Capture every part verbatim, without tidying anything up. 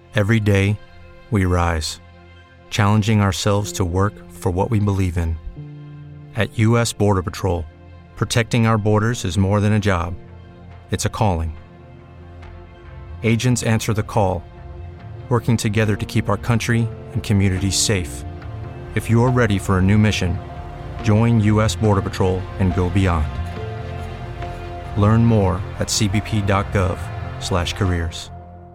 Every day, we rise, challenging ourselves to work for what we believe in. At U S Border Patrol, protecting our borders is more than a job. It's a calling. Agents answer the call, working together to keep our country and communities safe. If you're ready for a new mission, join U S Border Patrol and go beyond. Learn more at c b p dot gov slash careers.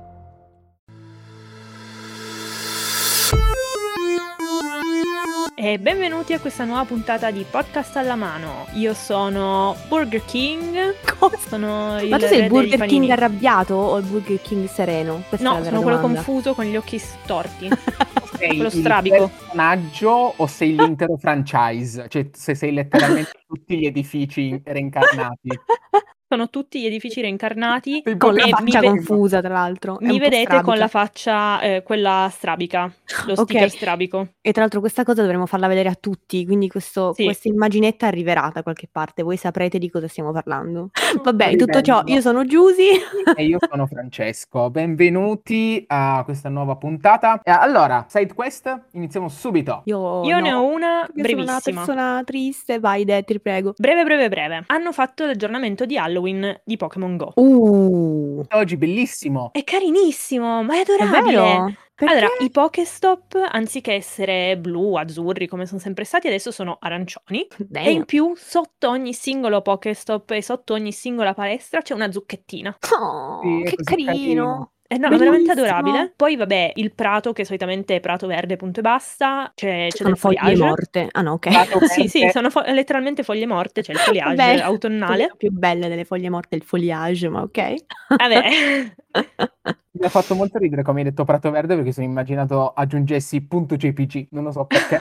E benvenuti a questa nuova puntata di Podcast alla mano. Io sono Burger King. Sono il Ma tu sei il re Burger dei panini. King arrabbiato o il Burger King sereno? Questa è No, la vera sono quello domanda. confuso con gli occhi storti. Sei Quello il strabico. personaggio o sei l'intero franchise? Cioè, se sei letteralmente tutti gli edifici reincarnati. Sono tutti gli edifici reincarnati. Sei Con la E faccia mi ve- confusa, tra l'altro. È Mi un po' vedete con la strabica. faccia, eh, quella strabica, lo Ok. sticker strabico. E tra l'altro questa cosa dovremmo farla vedere a tutti, quindi questo, Sì. questa immaginetta arriverà da qualche parte, voi saprete di cosa stiamo parlando. Vabbè, Che tutto ciò, bello. io sono Giusy. E io sono Francesco. Benvenuti a questa nuova puntata. E allora, side quest, iniziamo subito. Io, Io ne no, ho una io sono una brevissima. persona triste, vai De, ti prego. Breve, breve, breve. Hanno fatto l'aggiornamento di Halloween di Pokémon Go. Uh, Oggi bellissimo. È carinissimo, ma è è adorabile. vero? Perché? Allora, i Pokestop, anziché essere blu, azzurri come sono sempre stati, adesso sono arancioni. E in Damn. più, sotto ogni singolo Pokestop e sotto ogni singola palestra c'è una zucchettina. Oh, Sì, è che così carino. carino. Eh no, è veramente Bellissimo. adorabile. Poi vabbè, il prato, che solitamente è prato verde, punto e basta, c'è, c'è Sono del foglie foliage. morte. Ah no, ok. Prato Sì, sì, verde. sono fo- letteralmente foglie morte, c'è il foliage Vabbè, autunnale. la più belle delle foglie morte è il foliage, ma ok. Vabbè. Mi ha fatto molto ridere come hai detto Prato Verde perché sono immaginato aggiungessi punto .jpg, non lo so perché.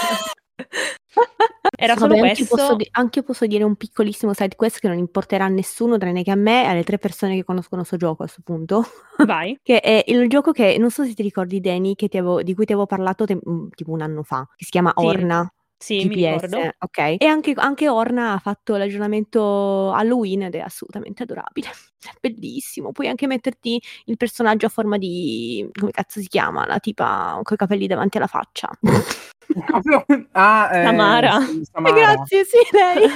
Era Vabbè, solo anche io questo. posso, di- anche io posso dire un piccolissimo side quest che non importerà a nessuno tranne che a me e alle tre persone che conoscono questo gioco a questo punto. Vai. Che è il gioco che non so se ti ricordi, Dani, che ti avevo- di cui ti avevo parlato te- mm, tipo un anno fa, che si chiama Sì, Orna. sì, mi G P S, ricordo. ok? E anche, anche Orna ha fatto l'aggiornamento Halloween ed è assolutamente adorabile. È bellissimo. Puoi anche metterti il personaggio a forma di... come cazzo si chiama? La tipa con i capelli davanti alla faccia. Ah, eh, Samara. sì, Eh, Samara. grazie, sì, lei.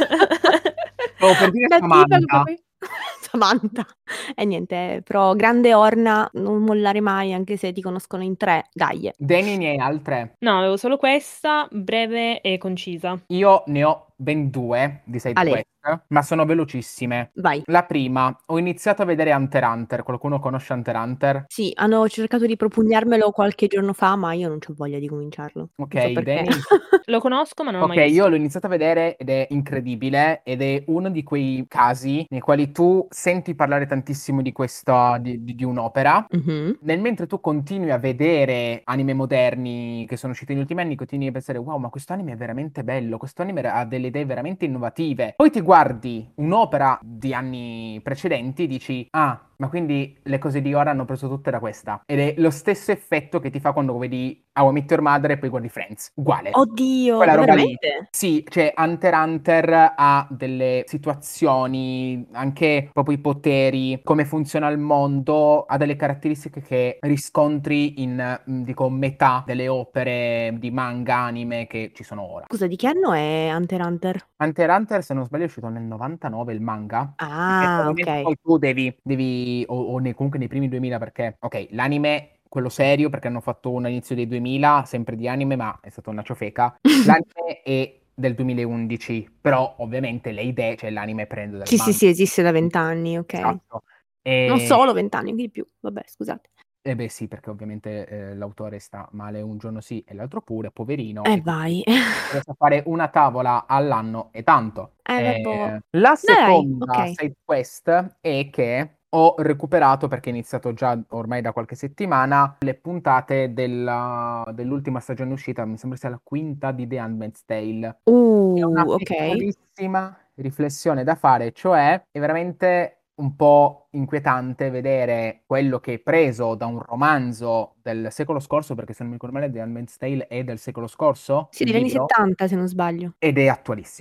Stavo per dire La tipa con i Samantha. capelli- Samantha. E niente, però grande Orna, non mollare mai, anche se ti conoscono in tre. Dai. Dani ne hai altre. No, avevo solo questa, breve e concisa. Io ne ho ben due di side Ale. quest, ma sono velocissime. Vai. La prima, ho iniziato a vedere Hunter x Hunter. Qualcuno conosce Hunter x Hunter? Sì, hanno cercato di propugnarmelo qualche giorno fa, ma io non ho voglia di cominciarlo. Ok, Non so perché. Dani? Lo conosco, ma non l'ho Ok, mai visto. io l'ho iniziato a vedere ed è incredibile ed è uno di quei casi nei quali tu senti parlare tantissimo di questa, di, di- di un'opera. Mhm. Nel mentre tu continui a vedere anime moderni che sono usciti negli ultimi anni, continui a pensare, wow, ma questo anime è veramente bello, questo anime ha delle idee veramente innovative. Poi ti guardi un'opera di anni precedenti e dici, ah, ma quindi le cose di ora hanno preso tutte da questa. Ed è lo stesso effetto che ti fa quando vedi How I Met Your Mother e poi guardi Friends. Uguale. Oddio, Quella roba lì. veramente? Sì, cioè Hunter x Hunter ha delle situazioni, anche proprio i poteri, come funziona il mondo, ha delle caratteristiche che riscontri in, mh, dico, metà delle opere di manga, anime che ci sono ora. Scusa, di che anno è Hunter x Hunter? Hunter x Hunter, se non sbaglio, è uscito nel novantanove il manga. Perché Ah, ovviamente ok. poi tu devi, devi o, o nei- comunque nei primi duemila, perché, ok, l'anime, quello serio, perché hanno fatto un all'inizio dei duemila, sempre di anime, ma è stata una ciofeca. L'anime è del duemilaundici, però ovviamente le idee, cioè l'anime prende dal Sì, sì, manga. sì, esiste da vent'anni, ok. Esatto. Non E, solo vent'anni, anche di più. Vabbè, scusate. e beh sì, perché ovviamente eh, l'autore sta male un giorno sì e l'altro pure, poverino. Eh, e quindi vai. riesce a fare una tavola all'anno e tanto. Eh, Eh, vabbè. la Dai, seconda ok. side quest è che ho recuperato, perché è iniziato già ormai da qualche settimana, le puntate della- dell'ultima stagione uscita, mi sembra sia la quinta di The Handmaid's Tale. È una Uh, ok. piccolissima riflessione da fare, cioè è veramente un po' inquietante vedere quello che è preso da un romanzo del secolo scorso, perché se non mi ricordo male The Handmaid's Tale è del secolo scorso, Sì, il degli anni libro, settanta, se non sbaglio. ed è attualissimo.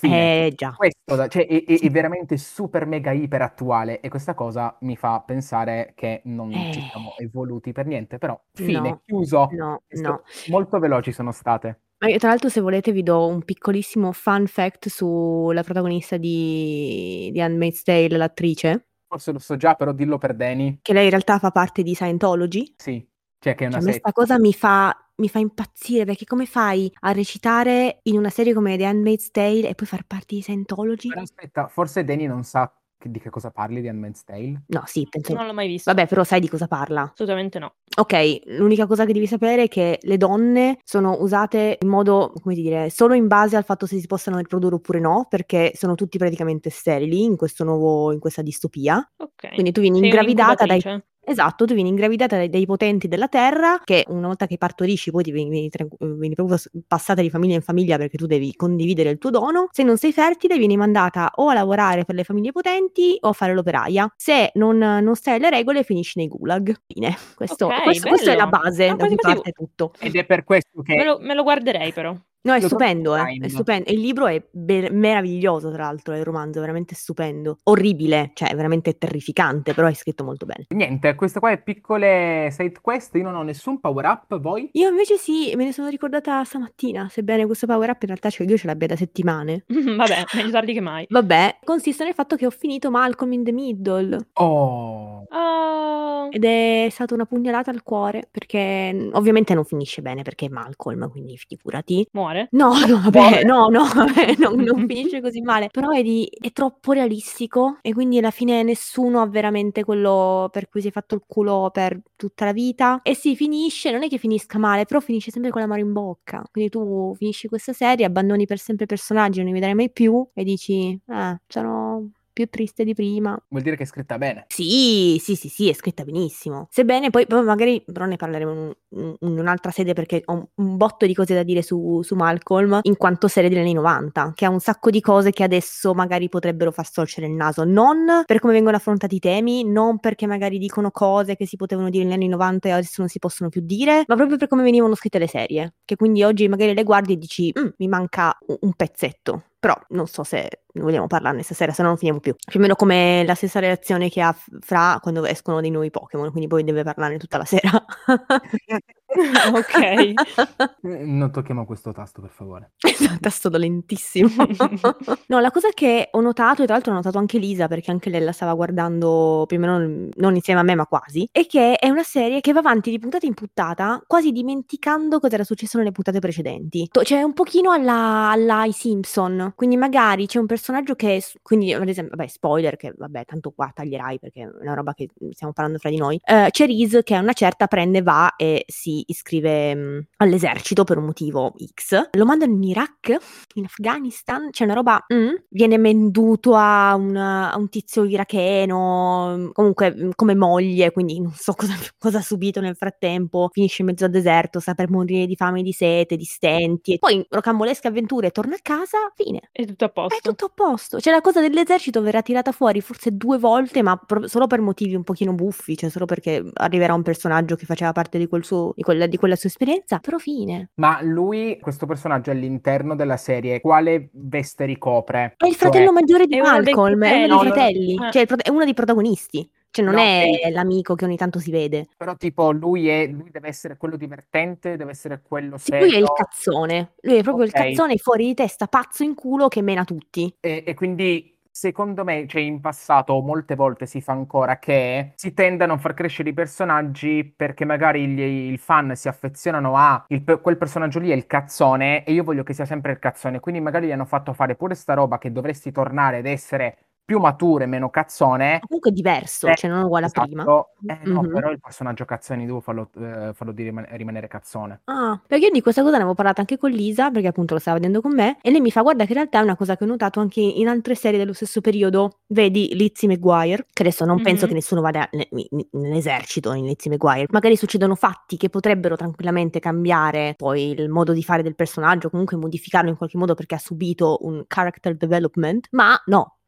Fine. Eh già. Questo da- cioè, è, è- è veramente super mega iper attuale e questa cosa mi fa pensare che non ci Eh, siamo evoluti per niente, però fine, no, chiuso. no, È sto- no. Molto veloci sono state. Ma io, tra l'altro, se volete, vi do un piccolissimo fun fact sulla protagonista di, di Handmaid's Tale, l'attrice, Forse lo so già, però dillo per Dani. che lei in realtà fa parte di Scientology. Sì, cioè che è una Cioè, a me sta setta. cosa mi fa, mi fa impazzire, perché come fai a recitare in una serie come The Handmaid's Tale e poi far parte di Scientology? Però aspetta, forse Dani non sa che- di che cosa parli di Handmaid's Tale. No, sì, penso... Non l'ho mai visto. Vabbè, però sai di cosa parla. Assolutamente no. Ok, l'unica cosa che devi sapere è che le donne sono usate in modo, come dire, solo in base al fatto se si possano riprodurre oppure no, perché sono tutti praticamente sterili in questo nuovo, in questa distopia. Ok. Quindi tu vieni Sei ingravidata dai... un'incubatrice. Esatto, tu vieni ingravidata dai, dai potenti della terra, che una volta che partorisci poi ti vieni, vieni tra- vieni proprio s- passata di famiglia in famiglia perché tu devi condividere il tuo dono. Se non sei fertile vieni mandata o a lavorare per le famiglie potenti o a fare l'operaia. Se non, non stai alle regole finisci nei gulag. Fine. Questo, Ok, questo- questa è la bello. base No, da cui quasi quasi- parte tutto. Ed è per questo che Me lo, me lo guarderei però. No, è Lo trovo stupendo, su eh, è Prime. stupendo. E il libro è be- meraviglioso, tra l'altro, il romanzo, è veramente stupendo. Orribile, cioè è veramente terrificante, però è scritto molto bene. Niente, queste qua è piccole side quest, io non ho nessun power up, voi? Io invece sì, me ne sono ricordata stamattina, sebbene questo power up in realtà cioè, io ce l'abbia da settimane. Vabbè, meglio tardi che mai. Vabbè, consiste nel fatto che ho finito Malcolm in the Middle Oh, Oh, ed è stata una pugnalata al cuore perché mh, ovviamente non finisce bene perché è Malcolm, quindi figurati. muore? No, no, vabbè, Muore. no, no, vabbè, non, non finisce così male, però è, di- è troppo realistico e quindi alla fine nessuno ha veramente quello per cui si è fatto il culo per tutta la vita. E sì, finisce, non è che finisca male, però finisce sempre con l'amaro in bocca. Quindi tu finisci questa serie, abbandoni per sempre i personaggi, non li vedrai mai più e dici, eh, sono più triste di prima. vuol dire che è scritta bene. Sì, sì, sì, sì, è scritta benissimo. Sebbene poi, poi magari, però ne parleremo in, un- in un'altra sede perché ho un, un botto di cose da dire su, su Malcolm in quanto serie degli anni novanta, che ha un sacco di cose che adesso magari potrebbero far storcere il naso, non per come vengono affrontati i temi, non perché magari dicono cose che si potevano dire negli anni novanta e adesso non si possono più dire, ma proprio per come venivano scritte le serie, che quindi oggi magari le guardi e dici, "Mm, mi manca un, un pezzetto." Però non so se vogliamo parlarne stasera, se no non finiamo più. Più o meno come la stessa reazione che ha f- Fra quando escono dei nuovi Pokémon, quindi poi deve parlarne tutta la sera. Ok. Eh, Non tocchiamo questo tasto, per favore. Esatto, tasto dolentissimo. No, la cosa che ho notato, e tra l'altro ho notato anche Lisa, perché anche lei la stava guardando più o meno non, non insieme a me, ma quasi, è che è una serie che va avanti di puntata in puntata, quasi dimenticando cosa era successo nelle puntate precedenti. To- Cioè, un pochino alla, alla I Simpson. Quindi magari c'è un personaggio che, s- quindi ad esempio, vabbè, spoiler, che vabbè, tanto qua taglierai perché è una roba che stiamo parlando fra di noi. Eh, c'è Reese che a una certa prende, va e si iscrive mh, all'esercito per un motivo X. Lo mandano in Iraq, in Afghanistan, c'è una roba, mm, viene venduto a un, a un tizio iracheno, mm, comunque mm, come moglie, quindi non so cosa, cosa ha subito nel frattempo, finisce in mezzo al deserto, sta per morire di fame, di sete, di stenti, e poi rocambolesche avventure, torna a casa, fine. È tutto a È posto. tutto a posto. Cioè, la cosa dell'esercito verrà tirata fuori forse due volte, ma pro- solo per motivi un pochino buffi, cioè solo perché arriverà un personaggio che faceva parte di, quel suo, di, quella, di quella sua esperienza, però fine. Ma lui, questo personaggio all'interno della serie, quale veste ricopre? È il Cioè, fratello maggiore di È uno dei Malcolm, è uno dei fratelli. fratelli, Eh. cioè il prot- è uno dei protagonisti. Cioè, non No, è ok. l'amico che ogni tanto si vede. Però tipo lui è, lui deve essere quello divertente, deve essere quello Sì, lui è il serio. cazzone. Lui è proprio il Ok. cazzone fuori di testa, pazzo in culo che mena tutti. E, e quindi secondo me, cioè in passato molte volte si fa ancora che si tende a non far crescere i personaggi perché magari gli- il fan si affezionano a il pe- quel personaggio lì è il cazzone e io voglio che sia sempre il cazzone, quindi magari gli hanno fatto fare pure sta roba che dovresti tornare ad essere più maturo e meno cazzone. Comunque è diverso, Eh, cioè non è uguale a prima. esatto. Eh, no, Mhm. però il personaggio cazzone devo farlo, eh, farlo di riman- rimanere cazzone. Ah, perché io di questa cosa ne avevo parlato anche con Lisa, perché appunto lo stava vedendo con me, e lei mi fa, guarda che in realtà è una cosa che ho notato anche in altre serie dello stesso periodo, vedi Lizzie McGuire, che adesso non penso Mhm. che nessuno vada ne- ne- nell'esercito in Lizzie McGuire, magari succedono fatti che potrebbero tranquillamente cambiare poi il modo di fare del personaggio, comunque modificarlo in qualche modo perché ha subito un character development, ma no.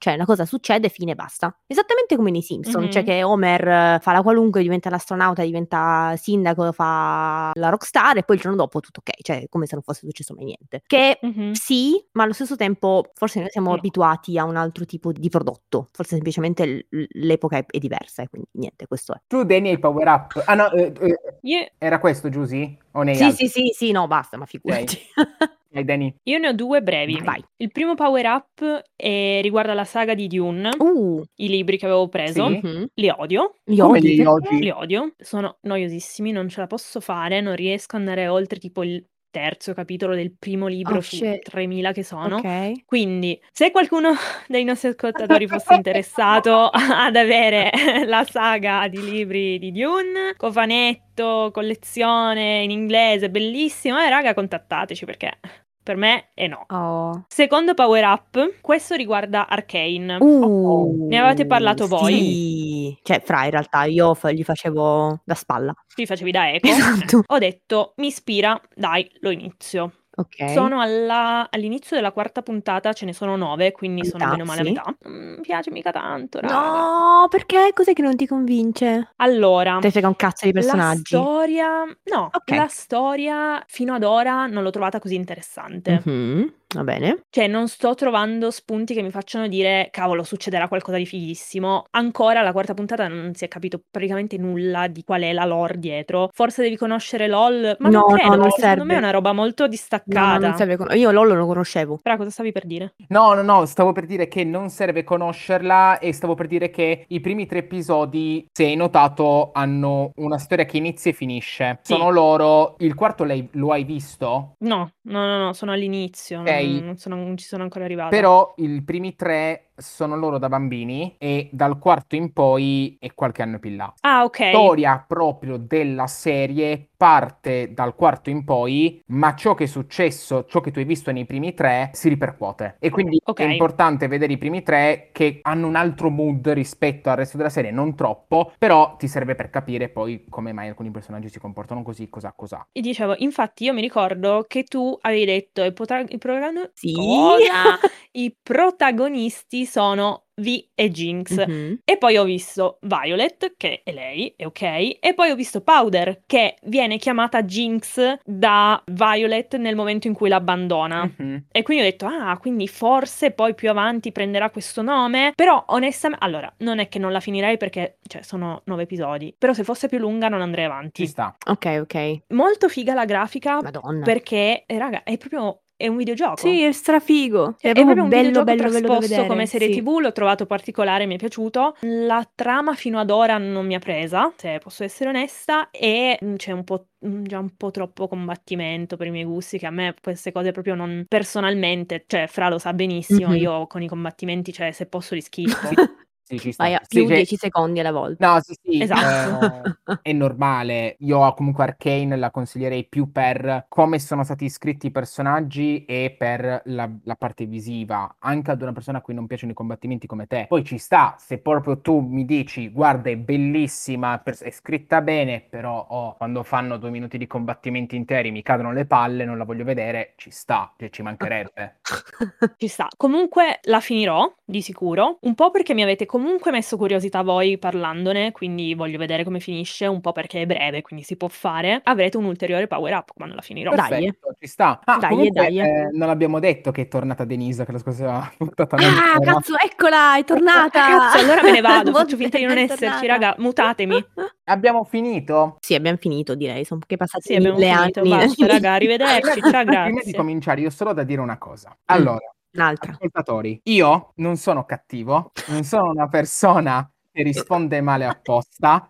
cioè una cosa succede, fine, basta. Esattamente come nei Simpson, Mhm. cioè che Homer eh, fa la qualunque, diventa l'astronauta, diventa sindaco, fa la rockstar e poi il giorno dopo tutto ok, cioè come se non fosse successo mai niente. Che Mhm. sì, ma allo stesso tempo forse noi siamo No. abituati a un altro tipo di prodotto, forse semplicemente l- l'epoca è, è diversa e quindi niente, questo è. Tu, Danny, hai power up. Ah no, eh, eh, Io, era questo, Giusy? O nei Sì, altri? sì, sì, sì, no, basta, ma figurati. Dai, Danny. io ne ho due brevi. Vai. Il primo power up è- riguarda la saga di Dune, Uh, i libri che avevo preso. Sì? mhm. Li odio. Li Come odi li perché? odi? Li odio, sono noiosissimi, non ce la posso fare, non riesco ad andare oltre tipo il terzo capitolo del primo libro Oh, su shit. tremila che sono. Ok. Quindi, se qualcuno dei nostri ascoltatori fosse interessato ad avere la saga di libri di Dune, cofanetto, collezione in inglese, bellissimo, eh raga, contattateci perché per me è no. Oh. Secondo power up, questo riguarda Arcane. Uh, Ne avevate parlato voi? Sì, cioè fra in realtà io fa- gli facevo da spalla. Ti facevi da eco. Esatto. Ho detto, mi ispira, dai, lo inizio. Ok. Sono alla- all'inizio della quarta puntata, ce ne sono nove, quindi sono Metà, bene o male a sì. metà. Mm, mi piace mica tanto, raga. No, perché? Cos'è che non ti convince? Allora, Te frega un cazzo di la personaggi. storia... No, Ok. la storia fino ad ora non l'ho trovata così interessante. Mhm, va bene. Cioè, non sto trovando spunti che mi facciano dire, cavolo, succederà qualcosa di fighissimo. Ancora alla quarta puntata non si è capito praticamente nulla di qual è la lore dietro. Forse devi conoscere LOL, ma No, non no, credo, non perché secondo me è serve. una roba molto No, no, distaccata. non serve. con- Io LOL lo conoscevo. Però cosa stavi per dire? No, no, no, stavo per dire che non serve conoscerla e stavo per dire che i primi tre episodi, se hai notato, hanno una storia che inizia e finisce. Sì. Sono loro. Il quarto l'hai- lo hai visto? No, no, no, no, sono all'inizio, Ok. non, non sono- non ci sono ancora arrivata. Però i primi tre sono loro da bambini e dal quarto in poi è qualche anno più in là. Ah, ok. La storia proprio della serie parte dal quarto in poi, ma ciò che è successo, ciò che tu hai visto nei primi tre, si ripercuote. E quindi Ok. è importante vedere i primi tre che hanno un altro mood rispetto al resto della serie, non troppo, però ti serve per capire poi come mai alcuni personaggi si comportano così, cos'ha, cos'ha. E dicevo, infatti io mi ricordo che tu avevi detto i, potra- i, progra- Sì. cosa? I protagonisti sono Vi e Jinx. Mhm. E poi ho visto Violet, che è lei, è ok, e poi ho visto Powder, che viene chiamata Jinx da Violet nel momento in cui l'abbandona. Mhm. E quindi ho detto, ah, quindi forse poi più avanti prenderà questo nome. Però onestamente, allora, non è che non la finirei perché, cioè, sono nove episodi. Però se fosse più lunga non andrei Ci avanti. sta. Ok, ok. Molto figa la grafica Madonna. perché, eh, raga, è proprio, è un videogioco. Sì, è strafigo. Cioè, È è proprio proprio un bello, videogioco bello, bello da trasposto vedere. come serie Sì. tivù, l'ho trovato particolare, mi è piaciuto. La trama fino ad ora non mi ha presa, se posso essere onesta, e mm, c'è un po', mm, già un po' troppo combattimento per i miei gusti, che a me queste cose proprio non... Personalmente, cioè, Fra lo sa benissimo, Mhm. io con i combattimenti, cioè, se posso li schifo. Sì, ci sta. Vai a Sì, più cioè- dieci secondi alla volta. No, sì, sì, Esatto. eh, è normale. Io comunque Arcane la consiglierei più per come sono stati scritti i personaggi e per la, la parte visiva, anche ad una persona a cui non piacciono i combattimenti come te. Poi ci sta, se proprio tu mi dici, guarda, è bellissima, per- è scritta bene, però oh, quando fanno due minuti di combattimenti interi mi cadono le palle, non la voglio vedere, ci sta, cioè, ci mancherebbe. Ci sta. Comunque la finirò, di sicuro, un po' perché mi avete comunque messo curiosità voi parlandone, quindi voglio vedere come finisce, un po' perché è breve, quindi si può fare. Avrete un ulteriore power up quando la finirò. Dai. Perfetto, ci sta. Ah, Dai, comunque dai. eh, non abbiamo detto che è tornata Denise, che la scorsa puntata non Ah, c'era. cazzo, eccola, è tornata. Cazzo, allora me ne vado, Buon- faccio finta di non è esserci, tornata. raga, mutatemi. Abbiamo finito? Sì, abbiamo finito, direi. Sono che passati Sì, abbiamo mille finito, anni. basta, raga, arrivederci, ciao, Prima di grazie. cominciare, io ho solo da dire una cosa. Allora, Un'altra. ascoltatori, io non sono cattivo, non sono una persona che risponde male apposta,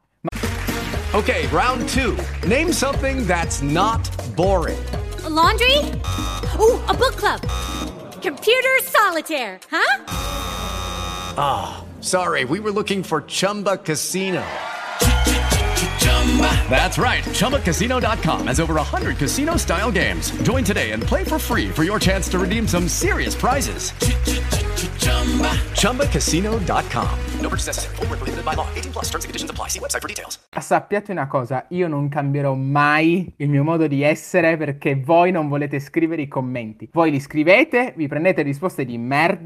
Okay, round two. Name something that's not boring. A laundry? Ooh, a book club. Computer solitaire, huh? Sorry, we were looking for Chumba Casino. That's right. Chumba Casino dot com has over one hundred casino-style games. Join today and play for free for your chance to redeem some serious prizes. Chumba Casino dot com. No purchase necessary. Void where prohibited by law. eighteen plus terms and conditions apply. See website for details. sappiate una cosa, io non cambierò mai il mio modo di essere perché voi non volete scrivere i commenti. Voi li scrivete, vi prendete risposte di merda,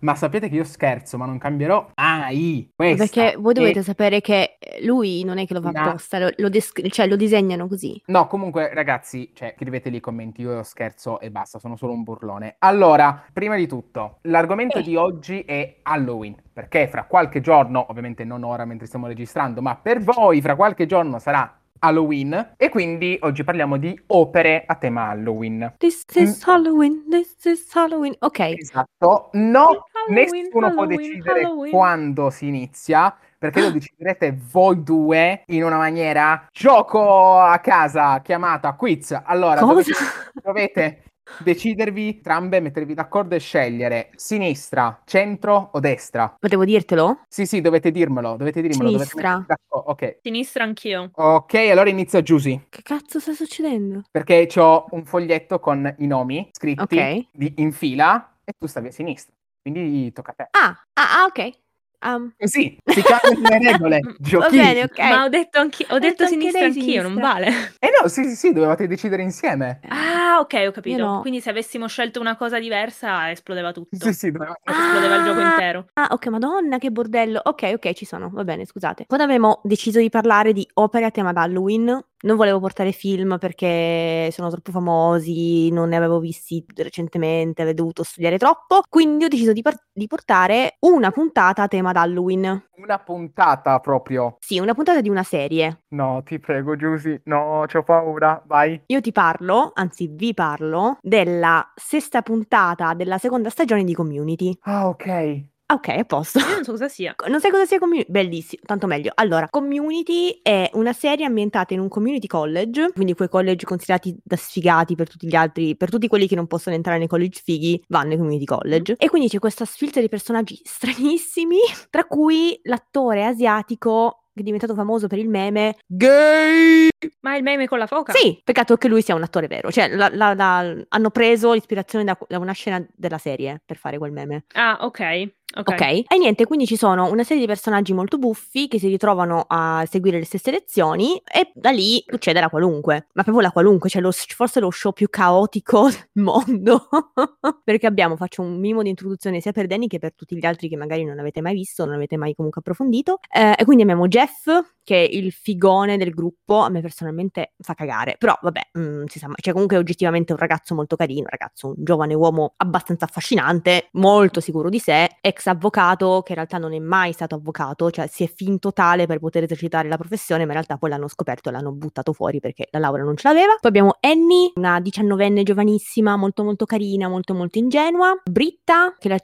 Ma sapete che io scherzo, ma non cambierò mai. Questa Perché voi dovete è sapere che lui non è che lo fa una- apposta, lo, lo desc- cioè lo disegnano così. No, comunque, ragazzi, cioè, scrivete lì i commenti, io scherzo e basta, sono solo un burlone. Allora, prima di tutto, l'argomento Eh. di oggi è Halloween, perché fra qualche giorno, ovviamente non ora mentre stiamo registrando, ma per voi fra qualche giorno sarà Halloween, e quindi oggi parliamo di opere a tema Halloween. This is Halloween, this is Halloween. Ok. Esatto, no, Halloween, nessuno può Halloween, decidere Halloween. quando si inizia, perché lo deciderete voi due in una maniera gioco a casa chiamata quiz. Allora, Cosa? dovete, dovete decidervi entrambe, mettervi d'accordo e scegliere sinistra, centro o destra. Potevo dirtelo? Sì, sì, dovete dirmelo, dovete dirmelo, dovete Sinistra. mettervi d'accordo. Ok. Sinistra anch'io. Ok, allora inizia Giusy, Che cazzo sta succedendo? perché ho un foglietto con i nomi scritti Ok. di- in fila e tu stavi a sinistra. Quindi tocca a te. Ah, ah, ah, ok. Um, Così si cambiano le regole. va Giochini. bene, ok. Ma ho detto, anche, ho Hai detto detto anche sinistra lei anch'io, non sinistra. vale. Eh no, sì, sì, sì, dovevate decidere insieme. Ah, ok, ho capito. Io no. Quindi se avessimo scelto una cosa diversa esplodeva tutto. Sì, sì, dovevate... Esplodeva il gioco intero. Ah, ok, madonna, che bordello. Ok, ok, ci sono, va bene, scusate. Quando abbiamo deciso di parlare di opere a tema d'Halloween, non volevo portare film perché sono troppo famosi, non ne avevo visti recentemente, avevo dovuto studiare troppo, quindi ho deciso di, par- di portare una puntata a tema d'Halloween. Una puntata proprio. Sì, una puntata di una serie. No, ti prego, Giusy. No, c'ho paura. Vai. Io ti parlo, anzi vi parlo, della sesta puntata della seconda stagione di Community. Ah, ok. Ah, ok, a posto. Io non so cosa sia. Non sai cosa sia Community? Bellissimo, tanto meglio. Allora, Community è una serie ambientata in un community college, quindi quei college considerati da sfigati per tutti gli altri, per tutti quelli che non possono entrare nei college fighi, vanno ai community college. E quindi c'è questa sfilza di personaggi stranissimi, tra cui l'attore asiatico che è diventato famoso per il meme gay. Ma è il meme con la foca? Sì, peccato che lui sia un attore vero, cioè la- la- la- hanno preso l'ispirazione da, da una scena della serie per fare quel meme. Ah, ok. Ok. Ok, e niente, quindi ci sono una serie di personaggi molto buffi che si ritrovano a seguire le stesse lezioni e da lì succede la qualunque, ma proprio la qualunque, cioè lo, forse lo show più caotico del mondo, perché abbiamo, faccio un mimo di introduzione sia per Danny che per tutti gli altri che magari non avete mai visto, non avete mai comunque approfondito, eh, e quindi abbiamo Jeff, che è il figone del gruppo, a me personalmente fa cagare, però vabbè, mh, si sa, cioè comunque è oggettivamente un ragazzo molto carino, un ragazzo, un giovane uomo abbastanza affascinante, molto sicuro di sé, ex avvocato che in realtà non è mai stato avvocato, cioè si è finto tale per poter esercitare la professione, ma in realtà poi l'hanno scoperto e l'hanno buttato fuori perché la laurea non ce l'aveva. Poi abbiamo Annie, una diciannovenne giovanissima, molto molto carina, molto molto ingenua. Britta, che è la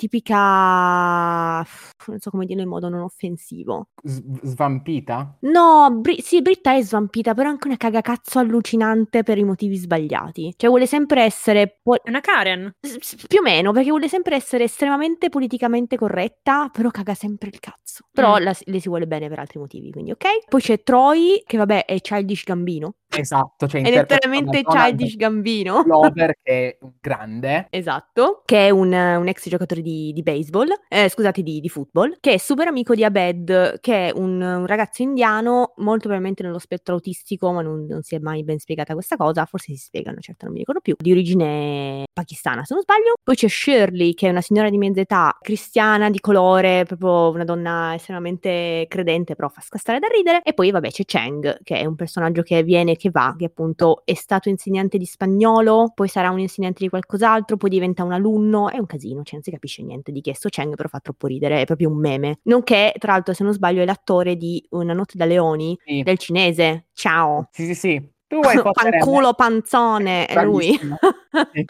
tipica, non so come dirlo in modo non offensivo. S- svampita? No, Bri- sì, Britta è svampita, però è anche una cagacazzo allucinante per i motivi sbagliati. Cioè vuole sempre essere... po- È una Karen. s- s- più o meno, perché vuole sempre essere estremamente politicamente corretta, però caga sempre il cazzo. Però Mm. la- le si vuole bene per altri motivi, quindi ok. Poi c'è Troy, che vabbè è Childish Gambino. Esatto, cioè È interpreta letteralmente Donald Childish Gambino. Glover, che è un grande. Esatto, che è un, un ex giocatore di, di baseball, eh, scusate, di, di football, che è super amico di Abed, che è un, un ragazzo indiano, molto probabilmente nello spettro autistico, ma non, non si è mai ben spiegata questa cosa, forse si spiega, una certa non mi ricordo più, di origine pakistana se non sbaglio. Poi c'è Shirley, che è una signora di mezza età, cristiana, di colore, proprio una donna estremamente credente, però fa scassare da ridere. E poi vabbè c'è Cheng, che è un personaggio che viene e che va, che appunto è stato insegnante di spagnolo, poi sarà un insegnante di qualcos'altro, poi diventa un alunno, è un casino, cioè non si capisce niente di che sto Cheng, però fa troppo ridere, è proprio un meme. Nonché, tra l'altro, se non sbaglio, è l'attore di Una notte da leoni, Sì. del cinese. Ciao. Sì, sì, sì. Tu vuoi fottere a me? Fanculo panzone, è lui. Bravissimo. Sì.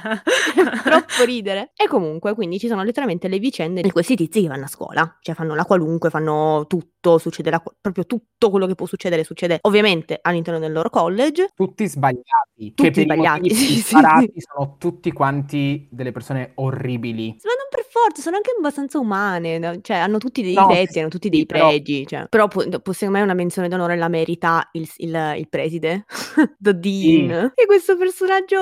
Troppo ridere. E comunque, quindi ci sono letteralmente le vicende di questi tizi che vanno a scuola, cioè fanno la qualunque, fanno tutto, succede la- proprio tutto quello che può succedere, succede ovviamente all'interno del loro college. Tutti sbagliati. Tutti che per i sbagliati, motivi sì, sì, disparati sì. sono tutti quanti delle persone orribili. Ma non per forza, sono anche abbastanza umane, no? Cioè hanno tutti dei No, difetti, sì, hanno tutti sì, dei però- pregi, cioè. Però pu- dopo, secondo me una menzione d'onore la merita il, il, il preside, The Dean. E questo personaggio, vabbè,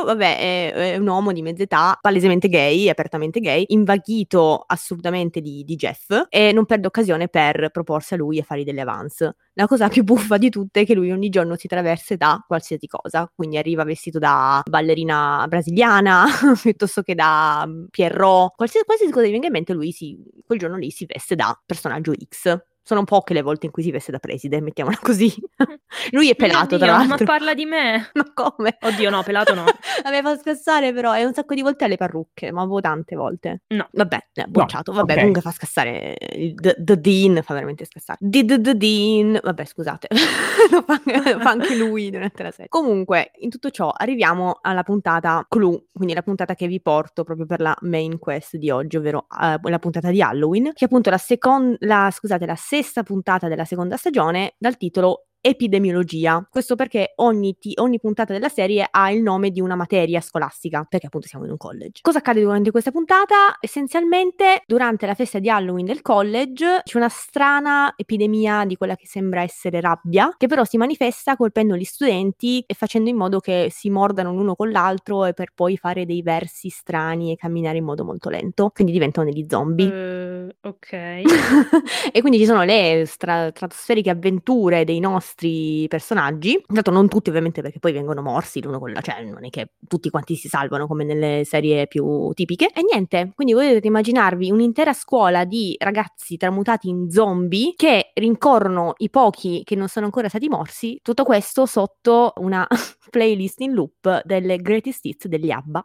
è, è un uomo di mezza età, palesemente gay, apertamente gay, invaghito assolutamente di, di Jeff, e non perde occasione per proporsi a lui e fargli delle avance. La cosa più buffa di tutte è che lui ogni giorno si traveste da qualsiasi cosa, quindi arriva vestito da ballerina brasiliana, piuttosto che da Pierrot, qualsiasi, qualsiasi cosa gli venga in mente, lui si, quel giorno lì si veste da personaggio X. Sono poche le volte in cui si veste da preside, mettiamola così. Lui è pelato, Oddio, tra l'altro. ma parla di me. Ma come? Oddio, no, pelato no. A me fa scassare, però, è un sacco di volte alle parrucche, ma avevo tante volte. No. Vabbè, eh, bocciato, vabbè, ok. comunque fa scassare. Il The, the Dean fa veramente scassare. The, the, the Dean, vabbè, scusate, lo, fa, lo fa anche lui durante la serie. Comunque, in tutto ciò, arriviamo alla puntata clou, quindi la puntata che vi porto proprio per la main quest di oggi, ovvero uh, la puntata di Halloween, che è appunto la seconda, la, scusate, la sesta puntata della seconda stagione, dal titolo Epidemiologia. Questo perché ogni, ti- ogni puntata della serie ha il nome di una materia scolastica, perché appunto siamo in un college. Cosa accade durante questa puntata? Essenzialmente, durante la festa di Halloween del college c'è una strana epidemia di quella che sembra essere rabbia, che però si manifesta colpendo gli studenti e facendo in modo che si mordano l'uno con l'altro, e per poi fare dei versi strani e camminare in modo molto lento, quindi diventano degli zombie. Uh, ok. E quindi ci sono le stra- stratosferiche avventure dei nostri personaggi, tanto non tutti ovviamente, perché poi vengono morsi l'uno con l'altro, cioè non è che tutti quanti si salvano come nelle serie più tipiche, e niente, quindi voi dovete immaginarvi un'intera scuola di ragazzi tramutati in zombie che rincorrono i pochi che non sono ancora stati morsi, tutto questo sotto una playlist in loop delle greatest hits degli ABBA.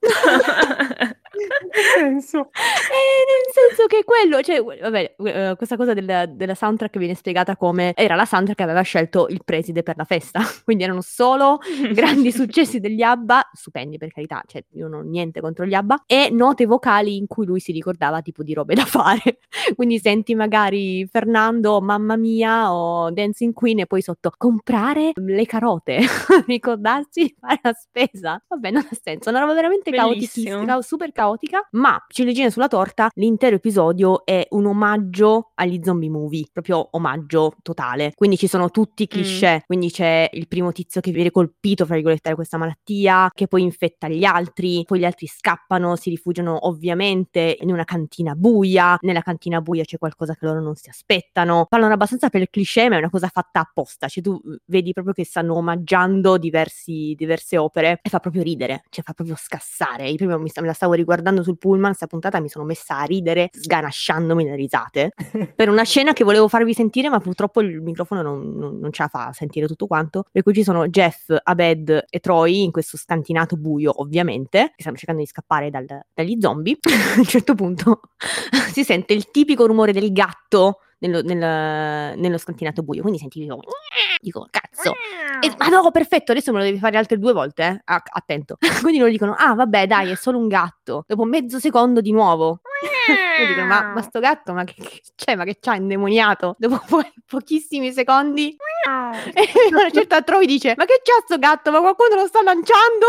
Che senso? Eh, nel senso che quello, cioè, vabbè, eh, questa cosa del- della soundtrack viene spiegata come era la soundtrack che aveva scelto il preside per la festa, quindi erano solo grandi successi degli ABBA, stupendi per carità, cioè io non ho niente contro gli ABBA, e note vocali in cui lui si ricordava tipo di robe da fare, quindi senti magari Fernando, Mamma Mia o Dancing Queen e poi sotto comprare le carote, ricordarsi di fare la spesa, vabbè, non ha senso, una roba veramente Bellissimo. caotica, super caotica, ma ciliegina sulla torta, l'intero episodio è un omaggio agli zombie movie, proprio omaggio totale, quindi ci sono tutti i cliché, quindi c'è il primo tizio che viene colpito, fra virgolette, da questa malattia, che poi infetta gli altri, poi gli altri scappano, si rifugiano ovviamente in una cantina buia, nella cantina buia c'è qualcosa che loro non si aspettano, parlano abbastanza per il cliché, ma è una cosa fatta apposta, cioè tu vedi proprio che stanno omaggiando diversi, diverse opere, e fa proprio ridere, cioè fa proprio scassare. Io prima mi sta- me la stavo riguardando sul pullman, sta puntata, mi sono messa a ridere sganasciandomi le risate per una scena che volevo farvi sentire, ma purtroppo il microfono non, non, non ce la fa sentire tutto quanto, per cui ci sono Jeff, Abed e Troy in questo scantinato buio, ovviamente, che stanno cercando di scappare dal- dagli zombie. A un certo punto si sente il tipico rumore del gatto nello, nel- nello scantinato buio, quindi senti dico, dico cazzo, e, ma no, perfetto, adesso me lo devi fare altre due volte, eh? Ah, attento. Quindi loro dicono, ah vabbè dai, è solo un gatto, dopo mezzo secondo di nuovo. Io dico, ma, ma sto gatto, ma che, che c'è, ma che c'ha indemoniato? Dopo po- pochissimi secondi, e a una certa Troy dice, ma che c'ha sto gatto, ma qualcuno lo sta lanciando?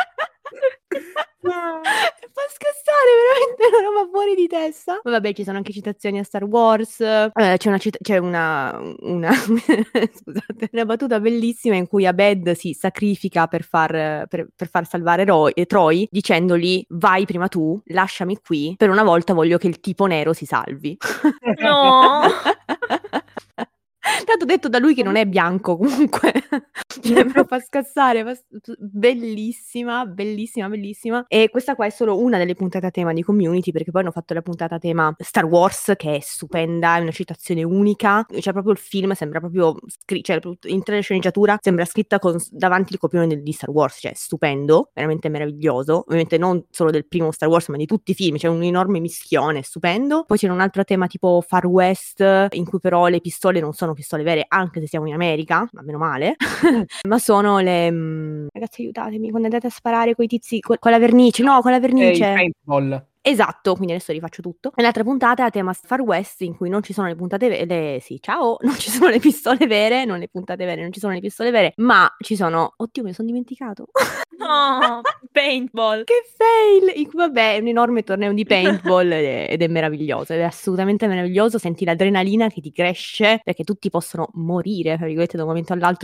Fa scassare veramente una roba fuori di testa. Ma vabbè, ci sono anche citazioni a Star Wars. Eh, c'è una, cita- c'è una, una scusate, una battuta bellissima in cui Abed si sacrifica per far, per, per far salvare Roy, e Troy, dicendogli vai prima tu, lasciami qui, per una volta voglio che il tipo nero si salvi. No. Tanto detto da lui che non è bianco comunque, cioè me lo fa scassare, fa- bellissima, bellissima, bellissima. E questa qua è solo una delle puntate a tema di Community, perché poi hanno fatto la puntata a tema Star Wars, che è stupenda, è una citazione unica, cioè proprio il film sembra proprio, scri- cioè in la sceneggiatura sembra scritta con davanti il copione del- di Star Wars, cioè stupendo, veramente meraviglioso, ovviamente non solo del primo Star Wars ma di tutti i film, c'è un enorme mischione, stupendo. Poi c'è un altro tema tipo Far West, in cui però le pistole non sono pistole vere, anche se siamo in America, ma meno male, ma sono le... mh, ragazzi aiutatemi, quando andate a sparare coi tizi, co- con la vernice, no, con la E vernice. il paintball. Esatto, quindi adesso rifaccio tutto. Nell'altra puntata a tema Far West, in cui non ci sono le puntate vere, sì, ciao, non ci sono le pistole vere, non le puntate vere, non ci sono le pistole vere, ma ci sono... Oddio, me ne sono dimenticato. No, paintball. Che fail! In cui, vabbè, è un enorme torneo di paintball ed è, ed è meraviglioso, ed è assolutamente meraviglioso. Senti l'adrenalina che ti cresce perché tutti possono morire, tra virgolette, da un momento all'altro, è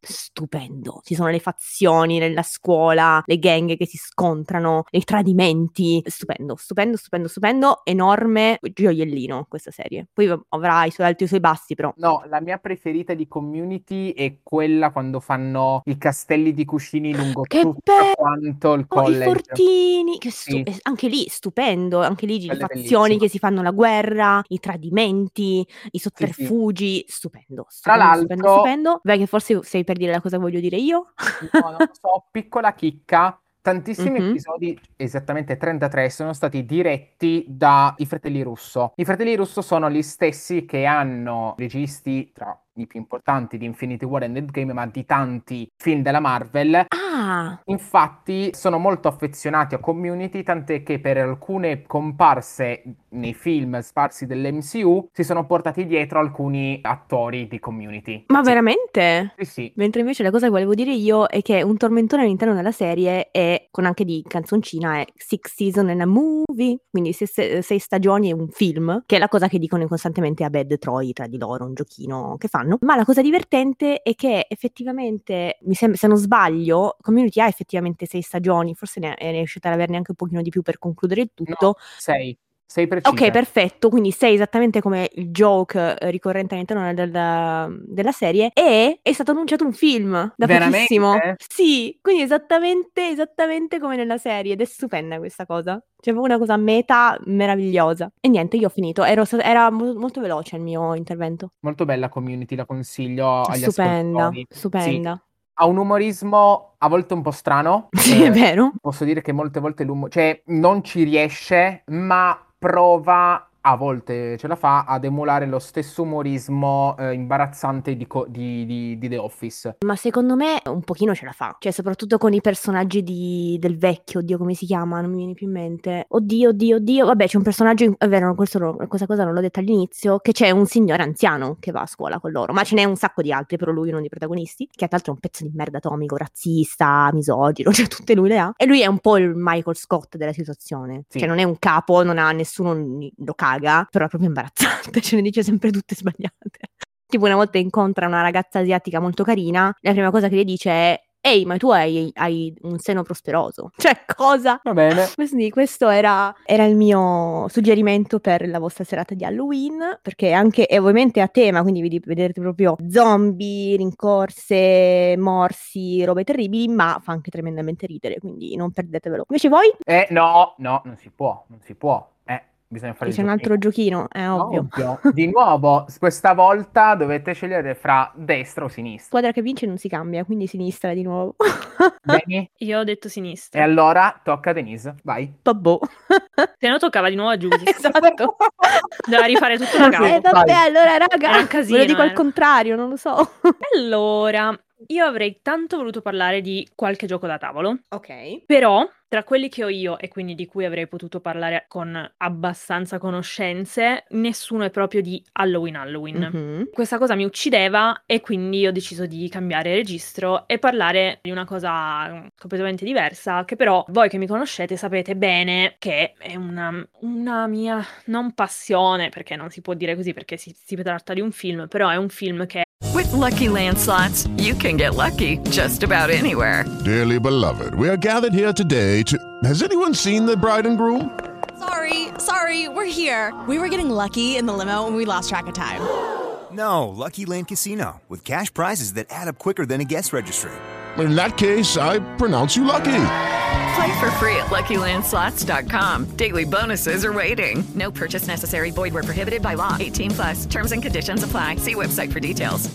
stupendo. Ci sono le fazioni nella scuola, le gang che si scontrano, i tradimenti, stupendo, stupendo, stupendo, stupendo, enorme gioiellino questa serie. Poi avrà i suoi alti e i suoi bassi, però. No, la mia preferita di Community è quella quando fanno i castelli di cuscini lungo Che tutto bello! quanto il I college. fortini, che stu- Sì. eh, anche lì stupendo, anche lì le Quello è fazioni bellissimo. che si fanno la guerra, i tradimenti, i sotterfugi, stupendo, Tra stupendo, stupendo, l'altro- stupendo. Beh, che forse sei per dire la cosa che voglio dire io. No, non lo so, piccola chicca. Tantissimi Mhm. episodi, esattamente trentatré, sono stati diretti dai fratelli Russo. I fratelli Russo sono gli stessi che hanno registi tra i più importanti di Infinity War e Endgame, ma di tanti film della Marvel. Ah, Infatti sono molto affezionati a Community, tant'è che per alcune comparse nei film sparsi dell'M C U si sono portati dietro alcuni attori di Community. ma Sì. veramente? Sì, sì. Mentre invece la cosa che volevo dire io è che un tormentone all'interno della serie è, con anche di canzoncina, è Six Season and a Movie, quindi se- se- sei stagioni e un film, che è la cosa che dicono costantemente a Bad Troy tra di loro, un giochino che fanno. Ma la cosa divertente è che effettivamente, mi sembra, se non sbaglio, Community ha effettivamente sei stagioni, forse ne è riuscita ad averne anche un pochino di più per concludere il tutto. No, sei. Sei precisa. Ok, perfetto, quindi sei esattamente come il joke eh, ricorrente all'interno della, della serie e è stato annunciato un film da Veramente? pochissimo. Sì, quindi esattamente, esattamente come nella serie ed è stupenda questa cosa. C'è proprio una cosa meta meravigliosa. E niente, io ho finito, Ero sta- era mo- molto veloce il mio intervento. Molto bella Community, la consiglio agli Stupenda, ascoltatori. Sì. stupenda. Ha un umorismo a volte un po' strano. Sì, Eh, è vero. Posso dire che molte volte l'umorismo, cioè non ci riesce, ma prova, a volte ce la fa, ad emulare lo stesso umorismo eh, imbarazzante di, co- di- di- di The Office. Ma secondo me un pochino ce la fa, cioè soprattutto con i personaggi di- del vecchio, oddio come si chiama, non mi viene più in mente. Oddio, oddio, oddio, vabbè c'è un personaggio, in- è vero, questo lo- questa cosa non l'ho detta all'inizio, che c'è un signore anziano che va a scuola con loro, ma ce n'è un sacco di altri, però lui è uno dei protagonisti, che tra l'altro è un pezzo di merda atomico, razzista, misogino, cioè tutte lui le ha. E lui è un po' il Michael Scott della situazione, Sì. cioè non è un capo, non ha nessuno, lo caga, però è proprio imbarazzante, ce ne dice sempre tutte sbagliate. Tipo una volta incontra una ragazza asiatica molto carina, la prima cosa che le dice è ehi, ma tu hai, hai un seno prosperoso. Cioè, cosa? Va bene. Quindi questo era, era il mio suggerimento per la vostra serata di Halloween, perché anche, è ovviamente a tema, quindi vi vedrete proprio zombie, rincorse, morsi, robe terribili, ma fa anche tremendamente ridere, quindi non perdetevelo. Invece voi? Eh, no, no, non si può, non si può. Eh, bisogna fare C'è il un altro giochino. giochino, è ovvio. Ovvio. Di nuovo, questa volta dovete scegliere fra destra o sinistra. Squadra che vince non si cambia, quindi sinistra di nuovo. Bene? Io ho detto E sinistra. allora tocca a Denise, vai. Vabbè. Se no toccava di nuovo a Giusy. Esatto. Doveva rifare tutto da Eh, capo. vabbè, Vai. allora raga, Era un casino, ve lo dico al era. contrario, non lo so. Allora, io avrei tanto voluto parlare di qualche gioco da tavolo, Ok. però tra quelli che ho io e quindi di cui avrei potuto parlare con abbastanza conoscenze, nessuno è proprio di Halloween Halloween. Mhm. Questa cosa mi uccideva e quindi ho deciso di cambiare registro e parlare di una cosa completamente diversa, che però voi che mi conoscete sapete bene che è una, una mia non passione, perché non si può dire così perché si, si tratta di un film, però è un film che With Lucky Land Slots, you can get lucky just about anywhere. Dearly beloved, we are gathered here today to... Has anyone seen the bride and groom? Sorry, sorry, we're here. We were getting lucky in the limo and we lost track of time. No, Lucky Land Casino, with cash prizes that add up quicker than a guest registry. In that case, I pronounce you lucky. Play for free at Lucky Land Slots dot com. Daily bonuses are waiting. No purchase necessary. Void where prohibited by law. eighteen plus. Terms and conditions apply. See website for details.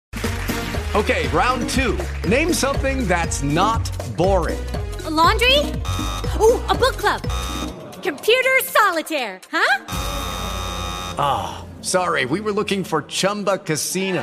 Okay, round two. Name something that's not boring. A laundry? Ooh, a book club. Computer solitaire, huh? Ah, oh, sorry, we were looking for Chumba Casino.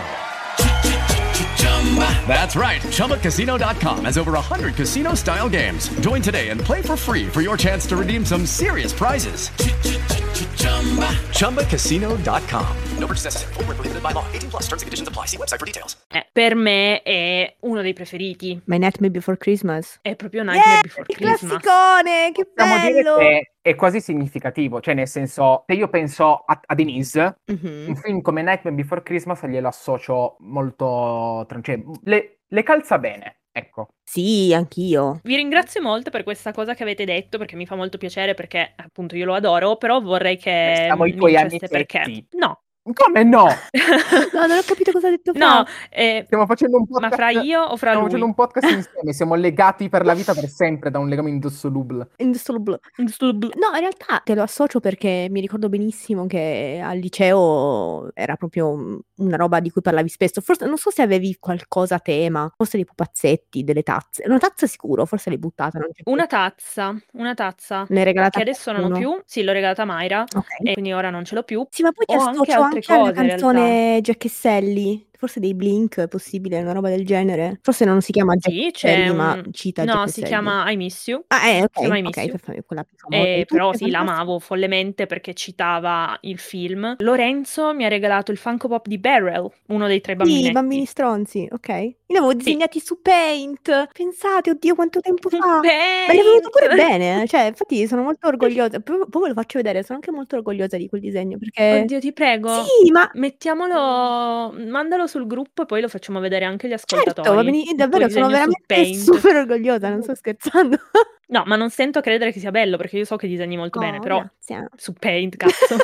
That's right. Chumba Casino dot com has over one hundred casino-style games. Join today and play for free for your chance to redeem some serious prizes. Chumba Casino dot com. No purchase necessary. Void where prohibited by law. eighteen plus. Terms and conditions apply. See website for details. eh, per me è uno dei preferiti. My Nightmare Before Christmas. È proprio Nightmare Before il Christmas. classicone, che Possiamo bello! dire che è quasi significativo, cioè nel senso, se io penso a, a Denise, Mhm. un film come Nightmare Before Christmas glielo associo molto, tra- cioè le, le calza bene, ecco. Sì, anch'io. Vi ringrazio molto per questa cosa che avete detto, perché mi fa molto piacere, perché appunto io lo adoro, però vorrei che Siamo i mi tuoi diceste perché. amichetti. No. Come no? No, non ho capito cosa ha detto Fra. No, eh, Stiamo facendo un podcast. ma fra io o fra Stiamo lui? facendo un podcast insieme, siamo legati per la vita per sempre da un legame indissolubile. Indissolubile. Indissolubile. No, in realtà te lo associo perché mi ricordo benissimo che al liceo era proprio un- una roba di cui parlavi spesso. Forse non so se avevi qualcosa a tema, forse dei pupazzetti, delle tazze. Una tazza sicuro, forse l'hai buttata, non c'è più. Una tazza, una tazza Ne hai regalata che a adesso non ho qualcuno? più. Sì, l'ho regalata a Mayra Ok. e quindi ora non ce l'ho più. Sì, ma poi ti Ho anche associo altre anche alla cose in realtà. canzone Jack e Sally, forse dei Blink, è possibile, una roba del genere. Forse non si chiama Jack Sì, e c'è Sally, ma un... cita No, Jack e si Sally. chiama I Miss You. Ah, eh, Si chiama ok, I Miss ok, You. perfetto, quella più famosa Eh, di però tutte, sì, la fantastica. amavo follemente perché citava il film. Lorenzo mi ha regalato il Funko Pop di Beryl, uno dei tre Sì, i bambinetti. bambini stronzi, ok. Io li avevo disegnati su Paint. Pensate, oddio, quanto tempo fa. Ma gli è venuto pure bene, eh, cioè, infatti sono molto orgogliosa. Poi, poi ve lo faccio vedere, sono anche molto orgogliosa di quel disegno perché... Oddio, ti prego. Sì, ma... Mettiamolo, mandalo sul gruppo e poi lo facciamo vedere anche agli ascoltatori. Certo, va bene, io Il davvero tuo sono disegno su veramente Paint. super orgogliosa, non sto scherzando. No, ma non sento credere che sia bello perché io so che disegni molto bene, Oh, però grazie. su Paint, cazzo.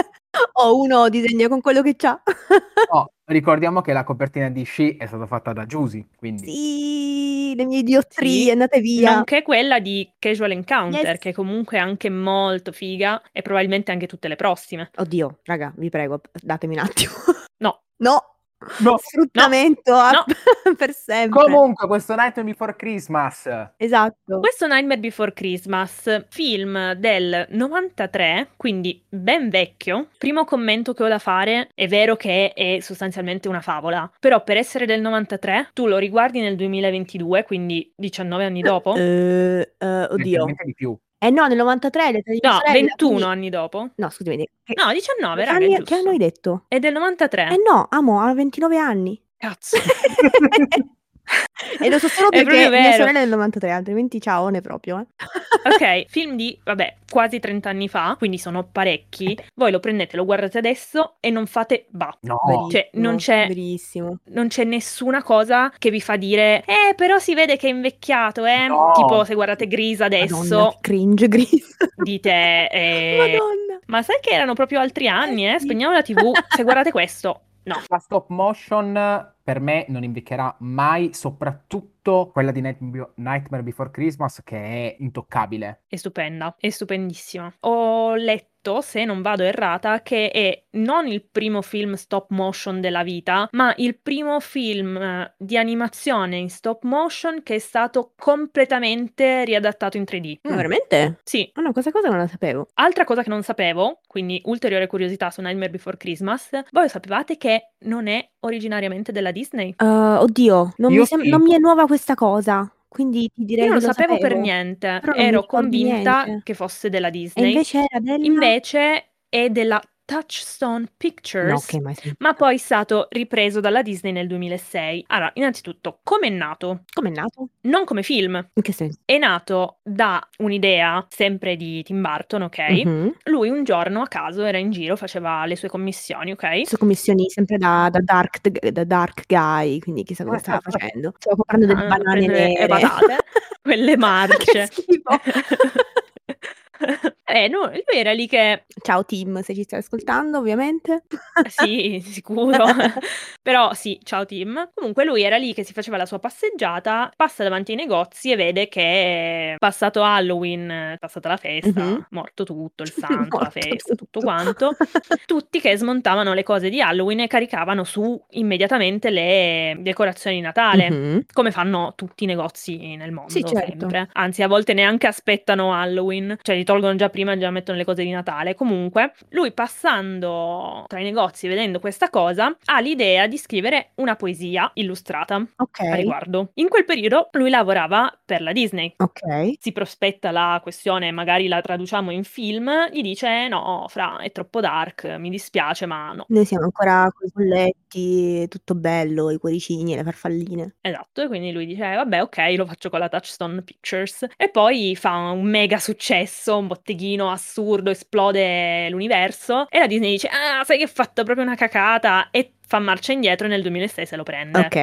O uno disegna con quello che c'ha. Oh, ricordiamo che la copertina di She è stata fatta da Giusy, quindi Sì, le mie idiottrie, Sì, andate via. nonché quella di Casual Encounter, Yes. che comunque è anche molto figa e probabilmente anche tutte le prossime. Oddio, raga, vi prego, datemi un attimo. No, No, No. sfruttamento a- No. per sempre. comunque questo Nightmare Before Christmas. Esatto. questo Nightmare Before Christmas, film del novantatré, quindi ben vecchio. Primo commento che ho da fare, è vero che è sostanzialmente una favola, però per essere del novantatré, tu lo riguardi nel duemilaventidue, quindi diciannove anni dopo? Eh, eh, oddio. Leggermente di più. Eh no, nel novantatré l'età di mia No, sorella, ventuno quindi- anni dopo. No, scusami. Che... No, diciannove, che raga, è anni, giusto. che anno hai detto? È del novantatré. Eh no, amo, ha ventinove anni. Cazzo. E lo so solo È perché proprio mia vero. sorella è del novantatré, altrimenti ciao, ne proprio. Eh. Ok, film di, vabbè, quasi trenta anni fa, quindi sono parecchi. Voi lo prendete, lo guardate adesso e non fate bah. No. Cioè, non c'è, Verissimo. non c'è nessuna cosa che vi fa dire eh, però si vede che è invecchiato, eh? No. Tipo, se guardate Grease adesso, Madonna, che cringe, Gris. dite eh, Madonna. ma sai che erano proprio altri anni, eh? Eh sì. Spegniamo la tivù, se guardate questo. No. La stop motion per me non invecchierà mai, soprattutto quella di Night- Nightmare Before Christmas che è intoccabile. È stupenda, è stupendissima. Ho letto, se non vado errata, che è non il primo film stop motion della vita, ma il primo film eh, di animazione in stop motion che è stato completamente riadattato in tre D. Ma veramente? Sì. Ah no, questa cosa non la sapevo. Altra cosa che non sapevo, quindi ulteriore curiosità su Nightmare Before Christmas, voi sapevate che non è originariamente della Disney? Uh, oddio, non Io mi, sem- sì. non mi è nuova questa cosa, quindi ti direi Io non che lo lo sapevo per sapevo. niente, Però non mi ero ricordo convinta niente. che fosse della E Disney. invece era della... Invece è della Touchstone Pictures, No, che mai sentito. ma poi è stato ripreso dalla Disney nel duemilasei. Allora, innanzitutto, come è nato? Com'è nato? Non come film. In che senso? È nato da un'idea, sempre di Tim Burton, ok? Mhm. Lui un giorno a caso era in giro, faceva le sue commissioni, ok? Su commissioni sempre da, da, dark, da dark guy, quindi chissà cosa stava facendo. Stavo comprando delle Ah, banane prendere le nere. patate, quelle marce. Che schifo. Eh, no, lui era lì che... Ciao Tim, se ci stai ascoltando, ovviamente. Sì, sicuro. Però sì, ciao Tim. Comunque lui era lì che si faceva la sua passeggiata, passa davanti ai negozi e vede che è passato Halloween, è passata la festa, Mhm. morto tutto, il santo, la Morto festa, tutto tutto. quanto. Tutti che smontavano le cose di Halloween e caricavano su immediatamente le decorazioni di Natale. Mhm. Come fanno tutti i negozi nel mondo, Sì, certo. sempre. Anzi, a volte neanche aspettano Halloween, cioè li tolgono già prima e già mettono le cose di Natale. Comunque, lui passando tra i negozi e vedendo questa cosa, ha l'idea di scrivere una poesia illustrata Ok. a riguardo. In quel periodo lui lavorava per la Disney. Ok. Si prospetta la questione, magari la traduciamo in film, gli dice no, Fra, è troppo dark, mi dispiace, ma no. Noi siamo ancora con i bolletti, tutto bello, i cuoricini e le farfalline. Esatto, e quindi lui dice, "Eh, vabbè, ok, lo faccio con la Touchstone Pictures." E poi fa un mega successo, un botteghino assurdo, esplode l'universo, e la Disney dice, ah, sai che hai fatto proprio una cacata, e fa marcia indietro e nel duemilasei se lo prende. Ok.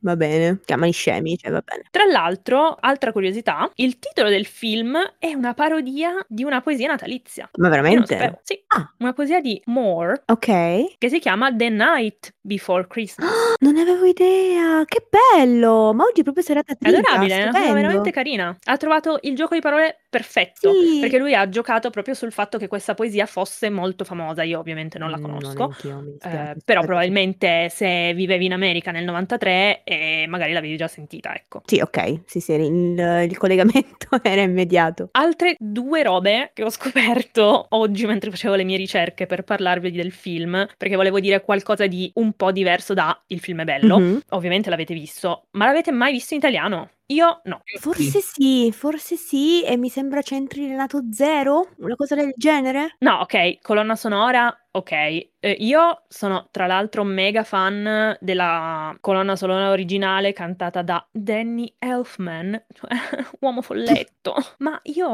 va bene, chiamali scemi, cioè va bene. Tra l'altro, altra curiosità, il titolo del film è una parodia di una poesia natalizia. Ma Io non veramente? sapevo. Sì, Ah, una poesia di Moore ok. che si chiama The Night Before Christmas. Non ne avevo idea, che bello! Ma oggi è proprio serata È trivia, adorabile, è una cosa veramente stupendo. carina. Ha trovato il gioco di parole perfetto, Sì. perché lui ha giocato proprio sul fatto che questa poesia fosse molto famosa. Io ovviamente non la Mm, non conosco, anch'io, mi dispiace. eh, mi però dispiace. probabilmente se vivevi in America nel novantatré eh, magari l'avevi già sentita, ecco. Sì, ok, sì, sì, il, il collegamento era immediato. Altre due robe che ho scoperto oggi mentre facevo le mie ricerche per parlarvi del film, perché volevo dire qualcosa di un po' diverso da Il film è bello. Mhm. Ovviamente l'avete visto, ma l'avete mai visto in italiano? Io no. Forse sì, forse sì, e mi sembra c'entri Renato Zero, una cosa del genere. No, ok, colonna sonora, ok. Eh, io sono tra l'altro mega fan della colonna sonora originale cantata da Danny Elfman, cioè uomo folletto. Ma io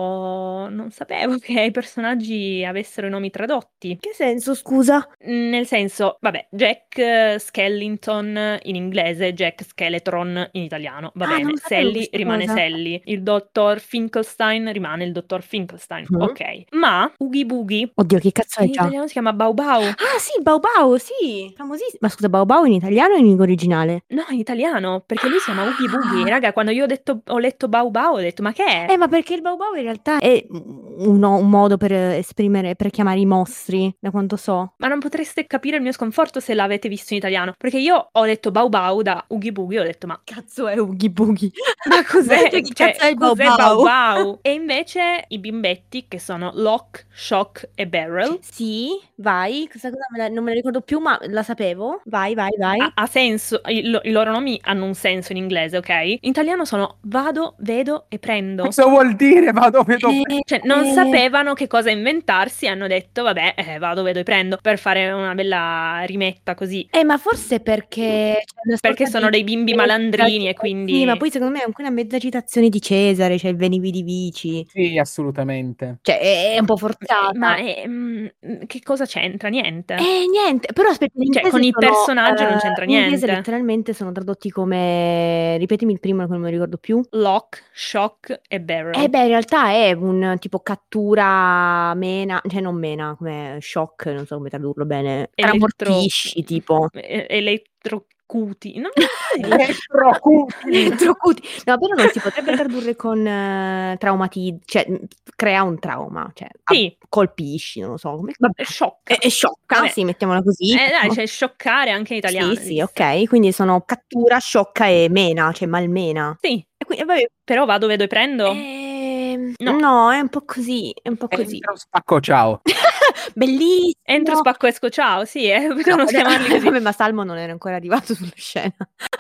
non sapevo che i personaggi avessero i nomi tradotti. Che senso, scusa? Nel senso, vabbè, Jack eh, Skellington in inglese, Jack Skeletron in italiano, va Ah, bene. non sapevo Sally questa rimane cosa. Sally, il dottor Finkelstein rimane il dottor Finkelstein, Mhm. ok. Ma Oogie Boogie Oddio, che cazzo è in già? italiano si chiama Bau Bau. Ah, sì, Bau Bau, sì, famosissimo. Ma scusa, Bau Bau in italiano o in lingua originale? No, in italiano, perché lui si chiama Oogie Boogie. Ah. Raga, quando io ho detto, ho letto Bau Bau, ho detto, ma che è? Eh, ma perché il Bau Bau in realtà è uno- un modo per esprimere, per chiamare i mostri, da quanto so. Ma non potreste capire il mio sconforto se l'avete visto in italiano, perché io ho letto Bau Bau da Oogie Boogie, ho detto, ma Cazzo è Oogie Boogie? Ma cos'è? Cioè, che Cioè, cazzo è il Bau cos'è Bau Bau? Bau? E invece i bimbetti, che sono Lock, Shock e Barrel, Sì, vai, questa cosa me la- non me la ricordo più, ma la sapevo. Vai, vai, vai. ha, ha senso, i, lo- i loro nomi hanno un senso in inglese, ok? In italiano sono vado, vedo e prendo. Cosa vuol dire? Vado, vedo. Eh, Cioè, non eh, sapevano che cosa inventarsi, hanno detto, vabbè, eh, vado, vedo e prendo, per fare una bella rimetta così. Eh, ma forse perché c'è una Perché sorta sono di dei bimbi mezza malandrini e cita- quindi... Sì, ma poi secondo me è anche una mezza citazione di Cesare, cioè il Veni Vidi Vici. Sì, assolutamente. Cioè, è un po' Eh, forzata. Ma eh, mm, che cosa c'entra? Niente. Eh, niente, però aspetta, in Cioè, inglese con i sono, personaggi non eh, c'entra in inglese niente. letteralmente sono tradotti come, ripetimi il primo che non mi ricordo più. Lock, Shock e Barrel. Eh beh, in realtà è un tipo cattura, mena, cioè non mena, come shock, non so come tradurlo bene. Elettro... Tramortisci, tipo. e- Elettrocuti. Non Elettrocuti. Elettrocuti. No, però non si potrebbe tradurre con eh, traumati, cioè mh, crea un trauma, cioè a- Sì. colpisci, non lo so. Come... Vabbè, Sciocca. è, è sciocca, Vabbè. sì, mettiamola così. Eh dai, c'è scioccare anche in italiano. Sì, sì, ok, quindi sono cattura, sciocca e mena, cioè malmena. Sì, E quindi, vabbè, però vado, vedo e prendo. ehm, No. no, è un po' così, è un po' così. Entro, spacco, ciao. Bellissimo. Entro, spacco, esco, ciao. Sì, eh, potevano No, chiamarli così. vabbè, ma Salmo non era ancora arrivato sulla scena.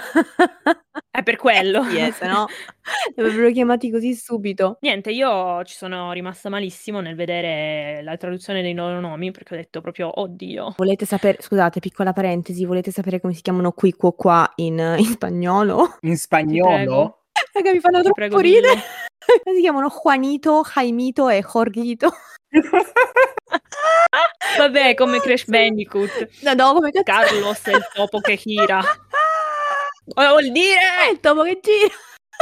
È per quello. Eh sì, eh, se no li avrebbero chiamati così subito. Niente, io ci sono rimasta malissimo nel vedere la traduzione dei loro nomi perché ho detto proprio, oddio. Volete sapere, scusate, piccola parentesi, volete sapere come si chiamano qui, qua, qua in, in spagnolo? In Ti prego. spagnolo? Raga, mi fanno Ti troppo prego, ridere. dillo. Si chiamano Juanito, Jaimito e Jorgito. Vabbè, come Crash Bandicoot. No, no, come cazzo? Carlos è il topo che gira. Cosa vuol dire? È il topo che gira.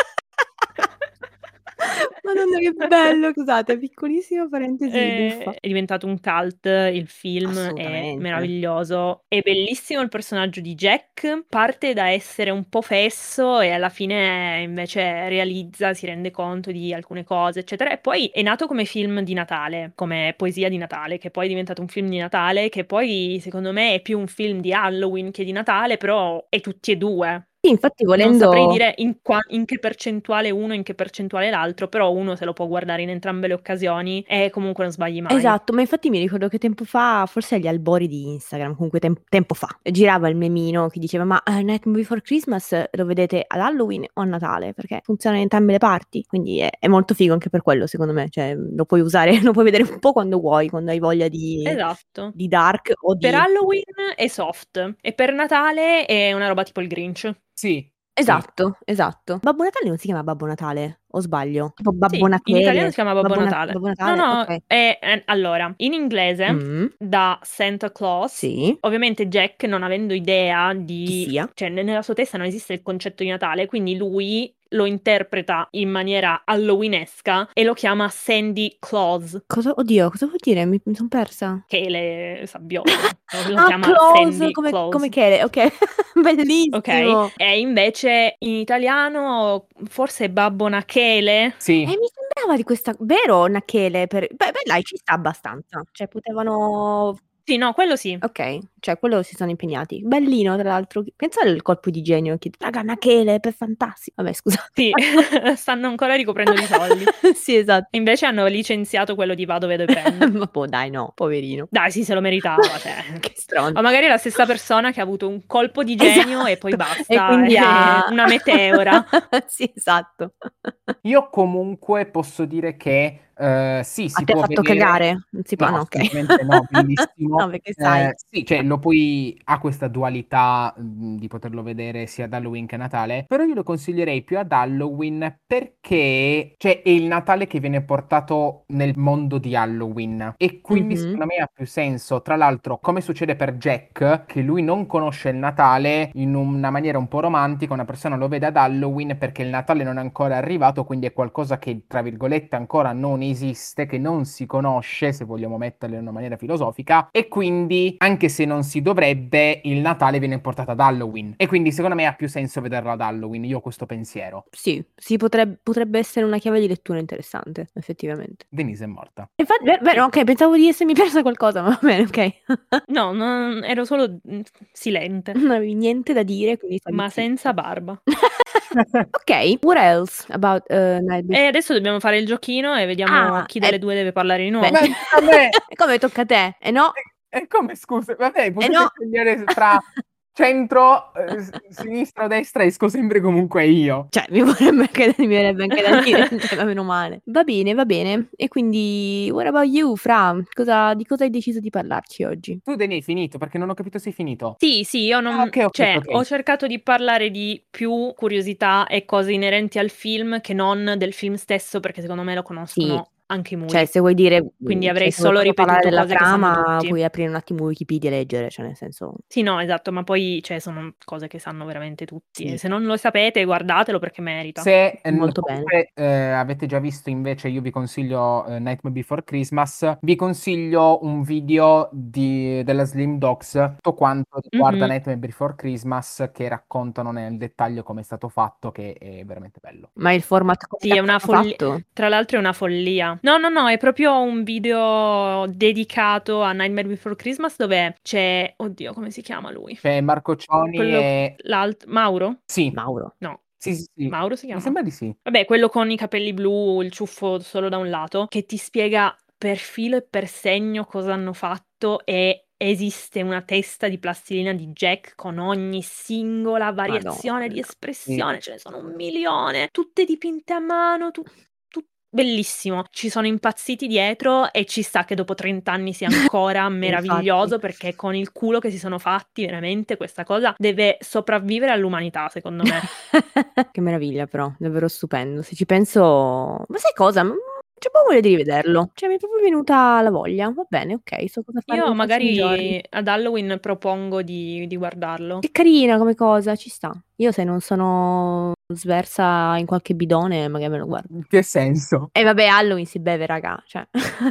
Madonna, che bello, scusate, piccolissima parentesi buffa. Eh, è diventato un cult il film, è Assolutamente. meraviglioso. È bellissimo il personaggio di Jack, parte da essere un po' fesso e alla fine invece realizza, si rende conto di alcune cose, eccetera. E poi è nato come film di Natale, come poesia di Natale, che poi è diventato un film di Natale, che poi secondo me è più un film di Halloween che di Natale, però è tutti e due. Sì, infatti Non volendo... saprei dire in, qua- in che percentuale uno, in che percentuale l'altro, però uno se lo può guardare in entrambe le occasioni e comunque non sbagli mai. Esatto, ma infatti mi ricordo che tempo fa, forse agli albori di Instagram, comunque tem- tempo fa, girava il memino che diceva ma uh, Nightmare Before Christmas lo vedete ad Halloween o a Natale? Perché funziona in entrambe le parti, quindi è, è molto figo anche per quello secondo me, cioè lo puoi usare, lo puoi vedere un po' quando vuoi, quando hai voglia di, Esatto. di dark o di... Per Halloween è soft e per Natale è una roba tipo il Grinch. Sì. Esatto, esatto. Babbo Natale non si chiama Babbo Natale. o sbaglio? Tipo Babbo Sì, in Natale. italiano si chiama Babbo Babbo Na- Natale. Babbo No, Natale, no, ok. è, è- allora, in inglese Mm, da Santa Claus, sì, ovviamente Jack non avendo idea chi di, sia. cioè ne- nella sua testa non esiste il concetto di Natale, quindi lui lo interpreta in maniera halloweenesca e lo chiama Sandy Claus, Cosa, oddio, cosa vuol dire? Mi, mi sono persa. che le sabbiose, lo, lo Ah, chiama Claus, Sandy come, Claus. come che, ok, bellissimo. Ok, e invece in italiano forse Babbo Nachele. Sì. E mi sembrava di questa, vero, Nachele, per... beh, beh, dai, ci sta abbastanza, cioè potevano... Sì, no, quello sì. Ok, cioè quello si sono impegnati. Bellino, tra l'altro. Pensa al colpo di genio che raga, Nachele, per fantastico. Vabbè, scusa. Sì, stanno ancora ricoprendo i soldi. Sì, esatto. Invece hanno licenziato quello di Va dove dove prendo. Ma boh, dai, no, poverino. Dai, sì, se lo meritava, cioè. Che stronzo. O magari è la stessa persona che ha avuto un colpo di genio e poi Esatto. basta, E quindi è ha... una meteora. Sì, esatto. Io comunque posso dire che eh, sì, A si te ha può fatto vedere. cagare? Non si può, No, no, ok. assolutamente no, bellissimo. No, perché sai. Eh, sì, cioè lo puoi, ha questa dualità mh, di poterlo vedere sia ad Halloween che a Natale, però io lo consiglierei più ad Halloween perché cioè, è il Natale che viene portato nel mondo di Halloween e quindi Mhm. secondo me ha più senso. Tra l'altro, come succede per Jack, che lui non conosce il Natale in una maniera un po' romantica, una persona lo vede ad Halloween perché il Natale non è ancora arrivato, quindi è qualcosa che, tra virgolette, ancora non esiste, che non si conosce, se vogliamo metterlo in una maniera filosofica, e quindi, anche se non si dovrebbe, il Natale viene portato ad Halloween. E quindi, secondo me, ha più senso vederlo ad Halloween. Io ho questo pensiero. Sì, sì, potrebbe, potrebbe essere una chiave di lettura interessante, effettivamente. Denise è morta. Infatti, beh, beh, ok, pensavo di essermi persa qualcosa, ma va bene, ok. No, non- ero solo mm, silente, Non avevi niente da dire, quindi stavi ma zitta. senza barba. Ok, what else about uh, Night E Before? adesso dobbiamo fare il giochino e vediamo Ah, chi delle eh, due deve parlare di nuovo. beh, Ma a me... come tocca a te? Eh no, E come, scusa? Vabbè, eh potete no. scegliere fra centro, eh, s- sinistra o destra, esco sempre comunque io. Cioè, mi vorrebbe anche, mi verrebbe anche da dire, cioè, ma meno male. Va bene, va bene. E quindi, what about you, Fra? Cosa, di cosa hai deciso di parlarci oggi? Tu, Dani, hai finito? Perché non ho capito se hai finito. Sì, sì, io non... Ah, ok, ok, cioè, ok. ho cercato di parlare di più curiosità e cose inerenti al film che non del film stesso, perché secondo me lo conoscono anche i muri. Cioè, se vuoi dire, Quindi cioè, avrei se vuoi solo proprio parlare ripetuto della cose che sanno trama, tutti. puoi aprire un attimo Wikipedia e leggere, cioè nel senso... Sì, no, esatto, ma poi cioè, sono cose che sanno veramente tutti. Sì. E se non lo sapete, guardatelo perché merita. Se eh, Molto comunque, eh, avete già visto invece, io vi consiglio eh, Nightmare Before Christmas, vi consiglio un video di- della Slim Dogs, tutto quanto riguarda Mhm. Nightmare Before Christmas, che raccontano nel dettaglio come è stato fatto, che è veramente bello. Ma il format come Sì, è cazzo una hanno follia. fatto? Tra l'altro è una follia. No, no, no, è proprio un video dedicato a Nightmare Before Christmas dove c'è, oddio, come si chiama lui? C'è Marco Cioni Quello, e... l'altro, Mauro? Sì, Mauro. No, sì, sì, sì. Mauro si Mi chiama? sembra di sì. Vabbè, quello con i capelli blu, il ciuffo solo da un lato, che ti spiega per filo e per segno cosa hanno fatto e esiste una testa di plastilina di Jack con ogni singola variazione di Madonna. espressione, ce ne sono un milione, tutte dipinte a mano, tu- tu- bellissimo. Ci sono impazziti dietro e ci sta che dopo trenta anni sia ancora meraviglioso perché con il culo che si sono fatti, veramente questa cosa deve sopravvivere all'umanità, secondo me. Che meraviglia, però, davvero stupendo. Se ci penso, ma sai cosa? Mm, C'è proprio voglia di rivederlo. Cioè, mi è proprio venuta la voglia. Va bene, ok, so cosa fare Io nei prossimi giorni. magari ad Halloween propongo di, di guardarlo. Che carina come cosa, ci sta. Io se non sono sversa in qualche bidone, magari me lo guardo. In che senso? E vabbè, Halloween si beve, raga. Cioè.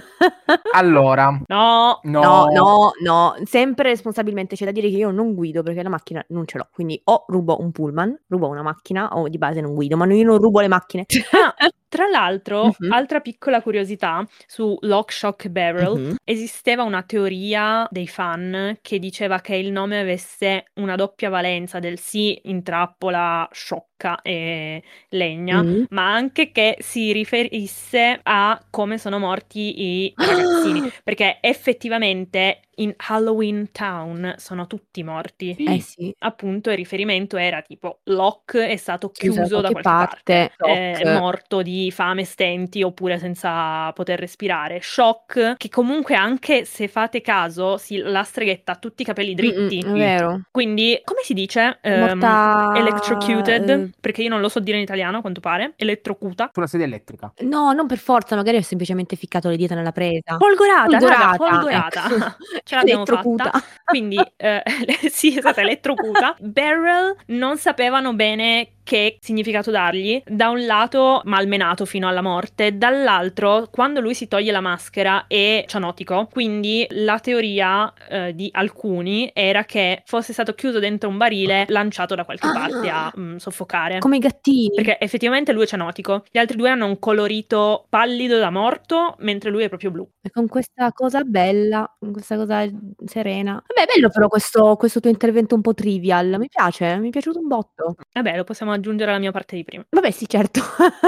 Allora, No, no, No, no, no, sempre responsabilmente. C'è da dire che io non guido perché la macchina non ce l'ho. Quindi o rubo un pullman, rubo una macchina, o di base non guido, ma io non rubo le macchine. Ah, tra l'altro, Mhm. altra piccola curiosità, su Lock, Shock e Barrel Mhm. esisteva una teoria dei fan che diceva che il nome avesse una doppia valenza del sì, intrappola, sciocca e legna, Mm. ma anche che si riferisse a come sono morti i ragazzini, perché effettivamente in Halloween Town sono tutti morti. Sì. Eh sì. Appunto il riferimento era tipo Locke è stato Chiuso chiuso da da qualche qualche parte, parte, è Shock. morto di fame, stenti oppure senza poter respirare. Shock, che comunque anche se fate caso, si, la streghetta ha tutti i capelli dritti. Mm-mm, è vero. Quindi, come si dice? È Ehm, morta... electrocuted, eh, perché io non lo so dire in italiano a quanto pare. Elettrocuta. Sulla sedia elettrica. No, non per forza, magari ho semplicemente ficcato le dita nella presa. Folgorata, raga, Folgorata, folgorata. ecco. Ce l'abbiamo Elettrocuta. fatta. Quindi, eh, sì, è stata elettrocuta. Beryl non sapevano bene che significato dargli. Da un lato malmenato fino alla morte, dall'altro quando lui si toglie la maschera è cianotico. Quindi la teoria eh, di alcuni era che fosse stato chiuso dentro un barile lanciato da qualche parte a mm, soffocare. Come i gattini. Perché effettivamente lui è cianotico. Gli altri due hanno un colorito pallido da morto, mentre lui è proprio blu. E con questa cosa bella, con questa cosa serena. Vabbè, è bello però questo, questo tuo intervento un po' trivial. Mi piace, mi è piaciuto un botto. Vabbè, lo possiamo aggiungere alla mia parte di prima. Vabbè, sì, certo.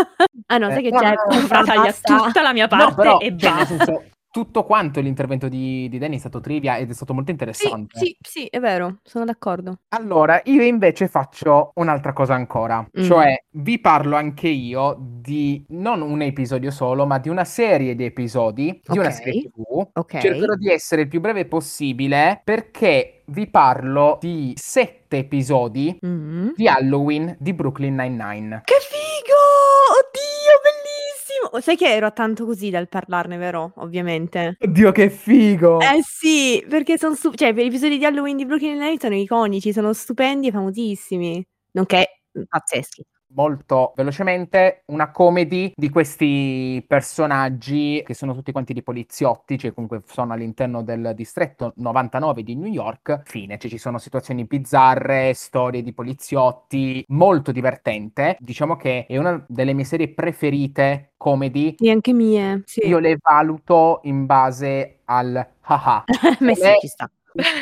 Ah no, Eh, sai che no, c'è? no, no, Fra taglia Basta. tutta la mia parte No, però, e cioè, nel basta. senso, tutto quanto l'intervento di, di Danny è stato trivia ed è stato molto Sì, interessante. sì, sì, è vero, sono d'accordo. Allora, io invece faccio un'altra cosa ancora, Mm. cioè vi parlo anche io di non un episodio solo, ma di una serie di episodi di una Ok. serie tivù. Ok. Cercherò di essere il più breve possibile perché vi parlo di sette episodi Mm. di Halloween di Brooklyn Nine-Nine. Che figo! Oddio, bellissimo! Sai che ero tanto così dal parlarne, vero? Ovviamente. Oddio, che figo! Eh sì, perché sono stu- cioè, per gli episodi di Halloween di Brooklyn Nine-Nine sono iconici, sono stupendi e famosissimi. Nonché mm, pazzeschi. Molto velocemente, una comedy di questi personaggi che sono tutti quanti di poliziotti, cioè comunque sono all'interno del distretto novantanove di New York. Fine, cioè ci sono situazioni bizzarre, storie di poliziotti, molto divertente. Diciamo che è una delle mie serie preferite comedy. Sì, anche mie. Sì. Io le valuto in base al haha. Ma sì, Come ci sta.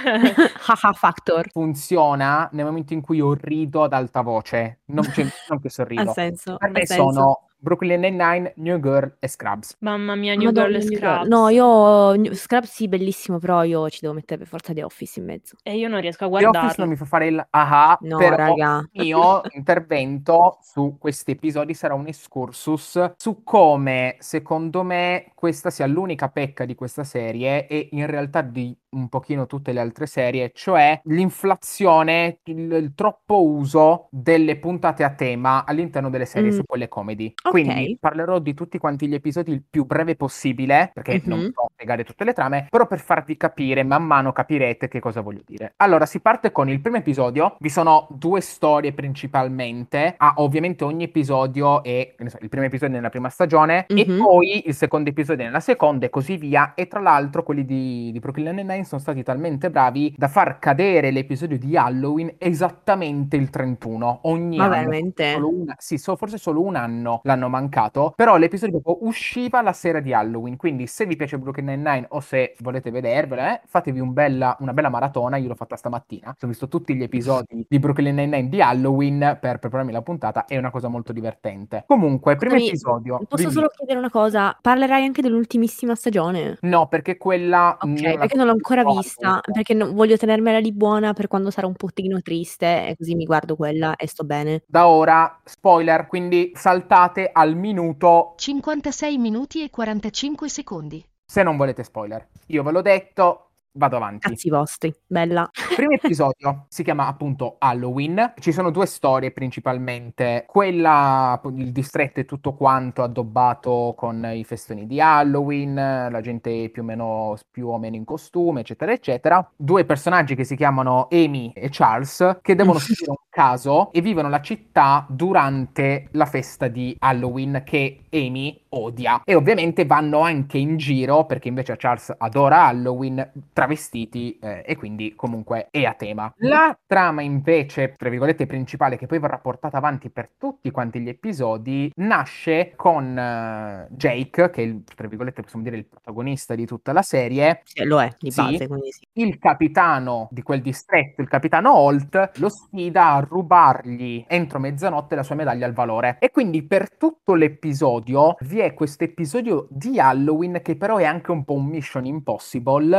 Haha factor. funziona nel momento in io rido ad alta voce, non, cioè, non che sorrido. Ha senso, Per me ha senso. sono Brooklyn Nine-Nine, New Girl e Scrubs. Mamma mia, New Madonna, Girl e New Girl. Scrubs. No, io New- Scrubs sì, bellissimo, però io ci devo mettere per forza The Office in mezzo. E io non riesco a The Office non guardarlo. mi fa fare il aha, No, però raga. il mio intervento su questi episodi sarà un excursus su come, secondo me, questa sia l'unica pecca di questa serie e in realtà di un pochino tutte le altre serie, cioè l'inflazione, il, il troppo uso delle puntate a tema all'interno delle serie Mm. su quelle comedy. Ok. Quindi parlerò di tutti quanti gli episodi il più breve possibile, perché non Mhm. so spiegare tutte le trame, però per farvi capire, man mano capirete che cosa voglio dire. Allora, si parte con il primo episodio, vi sono due storie principalmente, ah, ovviamente ogni episodio è, che ne so, il primo episodio nella prima stagione, e Mhm. poi il secondo episodio nella seconda e così via, e tra l'altro quelli di, di Brooklyn Nine-Nine sono stati talmente bravi da far cadere l'episodio di Halloween esattamente il trentuno, ogni Ma anno. veramente? Solo una- sì, so- forse solo un anno l'hanno mancato, però l'episodio proprio usciva la sera di Halloween, quindi se vi piace Brooklyn Nine-Nine o se volete vedervela, eh, fatevi un bella- una bella maratona, io l'ho fatta stamattina, ho visto tutti gli episodi di Brooklyn Nine-Nine di Halloween per prepararmi la puntata, è una cosa molto divertente. Comunque, primo Scusami, episodio. posso dimmi. solo chiedere una cosa? Parlerai anche dell'ultimissima stagione? No, perché quella... Ok, perché non l'ho ancora vista, perché no- voglio tenermela lì buona per quando sarà un pochino triste e così mi guardo quella e sto bene. Da ora, spoiler, quindi saltate al minuto cinquantasei minuti e quarantacinque secondi. se non volete spoiler. Io ve l'ho detto, vado avanti. Cazzi vostri, bella. Primo episodio si chiama appunto Halloween. Ci sono due storie principalmente. Quella, il distretto è tutto quanto addobbato con i festoni di Halloween, la gente più o meno, più o meno in costume, eccetera, eccetera. Due personaggi che si chiamano Amy e Charles, che devono seguire un caso e vivono la città durante la festa di Halloween che Amy odia. E ovviamente vanno anche in giro, perché invece Charles adora Halloween, travestiti eh, e quindi comunque è a tema. La trama invece, tra virgolette, principale, che poi verrà portata avanti per tutti quanti gli episodi, nasce con eh, Jake, che è il, tra virgolette, possiamo dire il protagonista di tutta la serie. Sì, lo è, di Sì. base, quindi sì. Il capitano di quel distretto, il capitano Holt, lo sfida a rubargli entro mezzanotte la sua medaglia al valore. E quindi per tutto l'episodio vi è questo episodio di Halloween che però è anche un po' un Mission Impossible, con Jake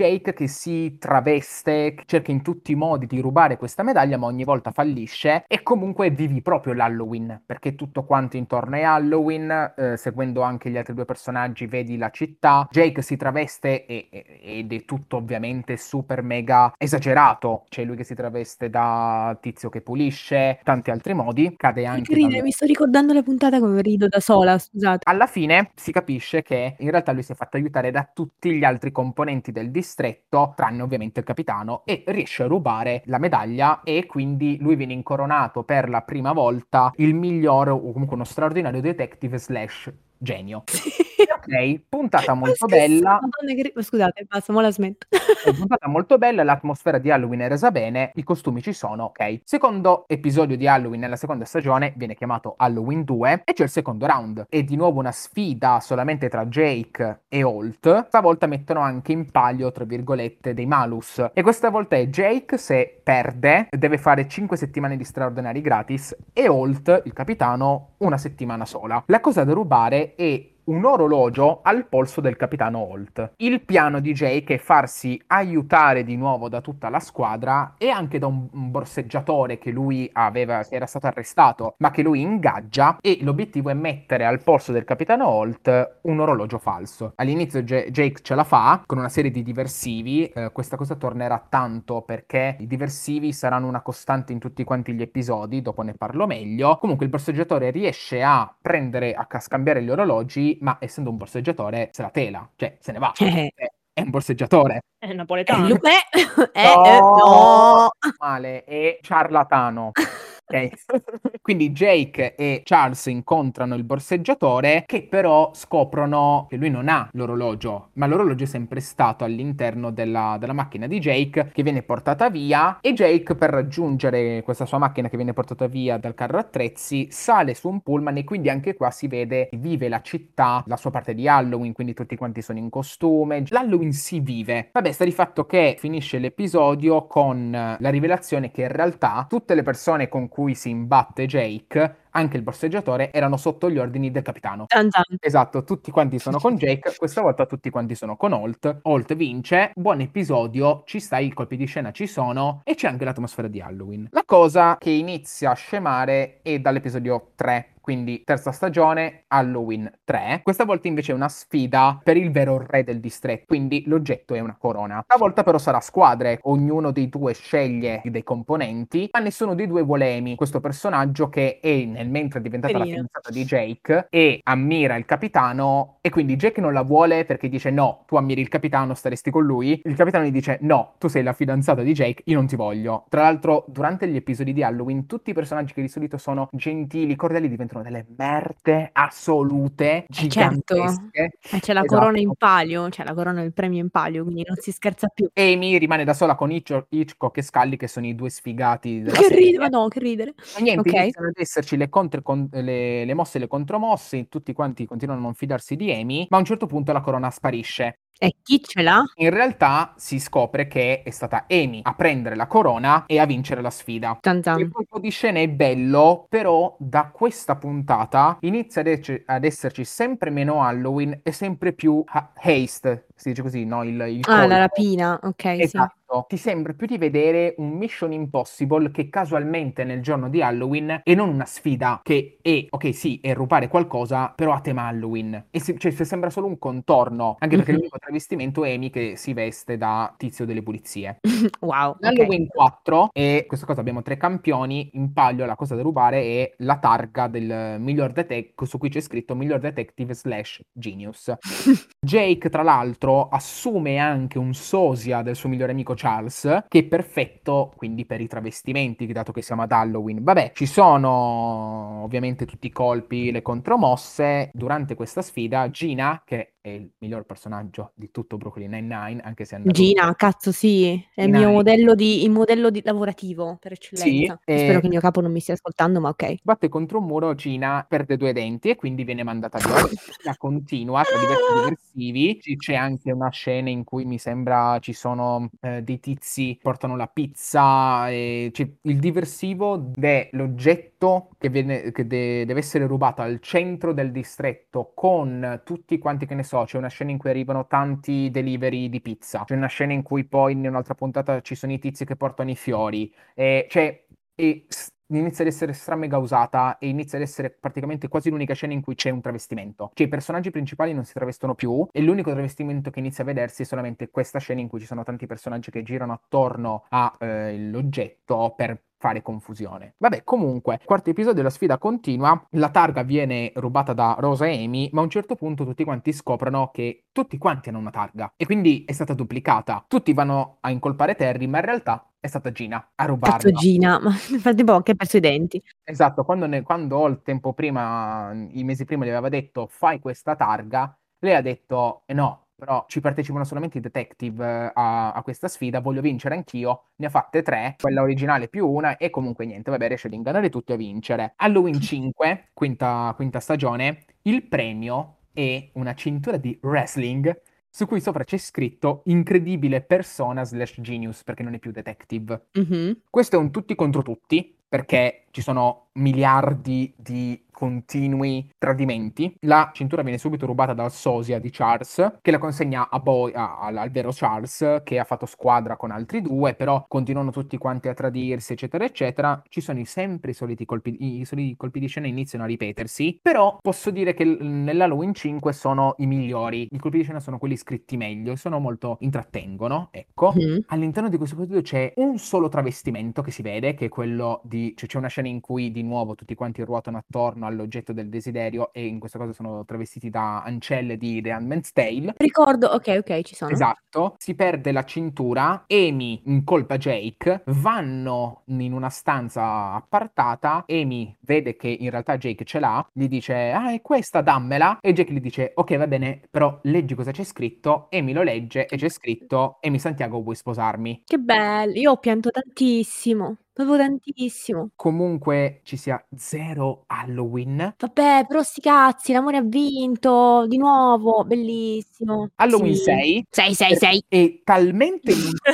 Jake che si traveste, che cerca in tutti i modi di rubare questa medaglia, ma ogni volta fallisce, e comunque vivi proprio l'Halloween, perché tutto quanto intorno è Halloween, eh, seguendo anche gli altri due personaggi vedi la città, Jake si traveste e, e, ed è tutto ovviamente super mega esagerato, c'è lui che si traveste da tizio che pulisce, tanti altri modi, cade anche Che ridere, dal- mi sto ricordando la puntata come rido da sola, scusate. Alla fine si capisce che in realtà lui si è fatto aiutare da tutti gli altri componenti del distretto, tranne ovviamente il capitano, e riesce a rubare la medaglia, e quindi lui viene incoronato per la prima volta il miglior, o comunque uno straordinario detective slash genio. Ok, puntata molto bella. Madonna, che ri- Scusate, basta, mo la smetto. È una puntata molto bella, l'atmosfera di Halloween è resa bene, i costumi ci sono, ok. Secondo episodio di Halloween nella seconda stagione viene chiamato Halloween due e c'è il secondo round. È di nuovo una sfida solamente tra Jake e Holt. Stavolta mettono anche in palio, tra virgolette, dei malus. E questa volta è Jake, se perde, deve fare cinque settimane di straordinari gratis, e Holt, il capitano, una settimana sola. La cosa da rubare è un orologio al polso del capitano Holt. Il piano di Jake è farsi aiutare di nuovo da tutta la squadra e anche da un, un borseggiatore che lui aveva, che era stato arrestato, ma che lui ingaggia, e l'obiettivo è mettere al polso del capitano Holt un orologio falso. All'inizio J- Jake ce la fa con una serie di diversivi, eh, questa cosa tornerà tanto perché i diversivi saranno una costante in tutti quanti gli episodi, dopo ne parlo meglio. Comunque il borseggiatore riesce a prendere, a scambiare gli orologi, ma essendo un borseggiatore se la tela, cioè se ne va, è, è un borseggiatore. È napoletano. Eh, eh, No, eh, no. male, è ciarlatano. Ok. Quindi Jake e Charles incontrano il borseggiatore, che però scoprono che lui non ha l'orologio, ma l'orologio è sempre stato all'interno della, della macchina di Jake, che viene portata via, e Jake, per raggiungere questa sua macchina che viene portata via dal carro attrezzi, sale su un pullman, e quindi anche qua si vede, vive la città, la sua parte di Halloween, quindi tutti quanti sono in costume, l'Halloween si vive. Vabbè, sta di fatto che finisce l'episodio con la rivelazione che in realtà tutte le persone con cui si imbatte Jake, anche il borseggiatore, erano sotto gli ordini del capitano. Zan zan. Esatto, tutti quanti sono con Jake, questa volta tutti quanti sono con Holt. Holt vince, buon episodio, ci sta, i colpi di scena ci sono, e c'è anche l'atmosfera di Halloween. La cosa che inizia a scemare è dall'episodio tre. Quindi terza stagione, Halloween tre. Questa volta invece è una sfida per il vero re del distretto, quindi l'oggetto è una corona. Stavolta però sarà a squadre, ognuno dei due sceglie dei componenti, ma nessuno dei due vuole Amy, questo personaggio che è nel mentre è diventata Carino. la fidanzata di Jake e ammira il capitano, e quindi Jake non la vuole perché dice no, tu ammiri il capitano, staresti con lui. Il capitano gli dice no, tu sei la fidanzata di Jake, io non ti voglio. Tra l'altro durante gli episodi di Halloween tutti i personaggi che di solito sono gentili, cordiali, diventano delle merde assolute, Eh, certo. gigantesche. Eh, c'è la Esatto. corona in palio, c'è la corona del premio in palio, quindi non si scherza più. Amy rimane da sola con Hitch- Hitchcock e Scully, che sono i due sfigati della Che serie. ridere, ma no, che ridere. E niente, Ok. iniziano ad esserci le, contro- con- le, le mosse e le contromosse, tutti quanti continuano a non fidarsi di Amy, ma a un certo punto la corona sparisce. E chi ce l'ha? In realtà si scopre che è stata Amy a prendere la corona e a vincere la sfida. Zan zan. Il colpo di scena è bello, però da questa puntata inizia ad, ec- ad esserci sempre meno Halloween e sempre più ha- haste, si dice così, no? Il, il Ah, la colpo. rapina, ok, sì. Esatto. Ti sembra più di vedere un Mission Impossible che casualmente nel giorno di Halloween, e non una sfida che è, ok sì, è rubare qualcosa, però a tema Halloween. E si- cioè, si sembra solo un contorno, anche perché Mhm. l'unico travestimento è Amy che si veste da tizio delle pulizie. Wow, ok. Halloween quattro, e questa cosa abbiamo tre campioni, in palio la cosa da rubare è la targa del miglior detective, su cui c'è scritto miglior detective slash genius. Jake, tra l'altro, assume anche un sosia del suo migliore amico Charles, che è perfetto quindi per i travestimenti, dato che siamo ad Halloween. Vabbè, ci sono ovviamente tutti i colpi, le contromosse. Durante questa sfida, Gina, che è il miglior personaggio di tutto Brooklyn Nine-Nine, anche se è andato... Gina, cazzo sì, è il Gina mio è- modello di, il modello di lavorativo per eccellenza. Sì, Spero eh, che il mio capo non mi stia ascoltando, ma ok. batte contro un muro, Gina perde due denti e quindi viene mandata via. La continua tra diversi diversivi. Ci- C'è anche una scena in cui mi sembra ci sono eh, dei tizi portano la pizza. E c'è il diversivo è l'oggetto che, viene, che de- deve essere rubato al centro del distretto, con tutti quanti, che ne so, so, c'è una scena in cui arrivano tanti delivery di pizza, c'è una scena in cui poi in un'altra puntata ci sono i tizi che portano i fiori, e, cioè, e s- inizia ad essere stra mega usata e inizia ad essere praticamente quasi l'unica scena in cui c'è un travestimento. Cioè i personaggi principali non si travestono più e l'unico travestimento che inizia a vedersi è solamente questa scena in cui ci sono tanti personaggi che girano attorno all'oggetto per fare confusione. Vabbè, comunque, quarto episodio, la sfida continua, la targa viene rubata da Rosa e Amy, ma a un certo punto tutti quanti scoprono che tutti quanti hanno una targa e quindi è stata duplicata. Tutti vanno a incolpare Terry, ma in realtà è stata Gina a Cazzo rubarla. Gina, ma nel frattempo ha anche perso i denti. Esatto, quando, ne- quando il tempo prima, i mesi prima gli aveva detto fai questa targa, lei ha detto eh no, però ci partecipano solamente i detective eh, a, a questa sfida, voglio vincere anch'io, ne ha fatte tre, quella originale più una e comunque niente, vabbè, riesce ad ingannare tutti a vincere. Halloween cinque, quinta, quinta stagione, il premio è una cintura di wrestling su cui sopra c'è scritto incredibile persona slash genius, perché non è più detective. Mhm. Questo è un tutti contro tutti, perché ci sono miliardi di continui tradimenti. La cintura viene subito rubata dal sosia di Charles, che la consegna a Boy, a- al, al vero Charles, che ha fatto squadra con altri due, però continuano tutti quanti a tradirsi, eccetera, eccetera. Ci sono i- sempre i soliti colpi, i soliti colpi di scena iniziano a ripetersi, però posso dire che l- nell'Halloween cinque sono i migliori. I colpi di scena sono quelli scritti meglio e sono molto intrattengono, ecco. Mhm. All'interno di questo episodio c'è un solo travestimento che si vede, che è quello di... cioè c'è una scena in cui di nuovo tutti quanti ruotano attorno all'oggetto del desiderio e in questo caso sono travestiti da ancelle di The Handmaid's Tale. Ricordo, ok, ok, ci sono. Esatto, si perde la cintura, Amy incolpa Jake, vanno in una stanza appartata, Amy vede che in realtà Jake ce l'ha, gli dice ah è questa, dammela, e Jake gli dice ok va bene, però leggi cosa c'è scritto, Amy lo legge e c'è scritto Amy Santiago vuoi sposarmi? Che bello, io ho pianto tantissimo, proprio tantissimo. Comunque ci sia zero Halloween. Vabbè, però sti cazzi, l'amore ha vinto, di nuovo, bellissimo. Halloween Sì. sei sei, sei, sei. è talmente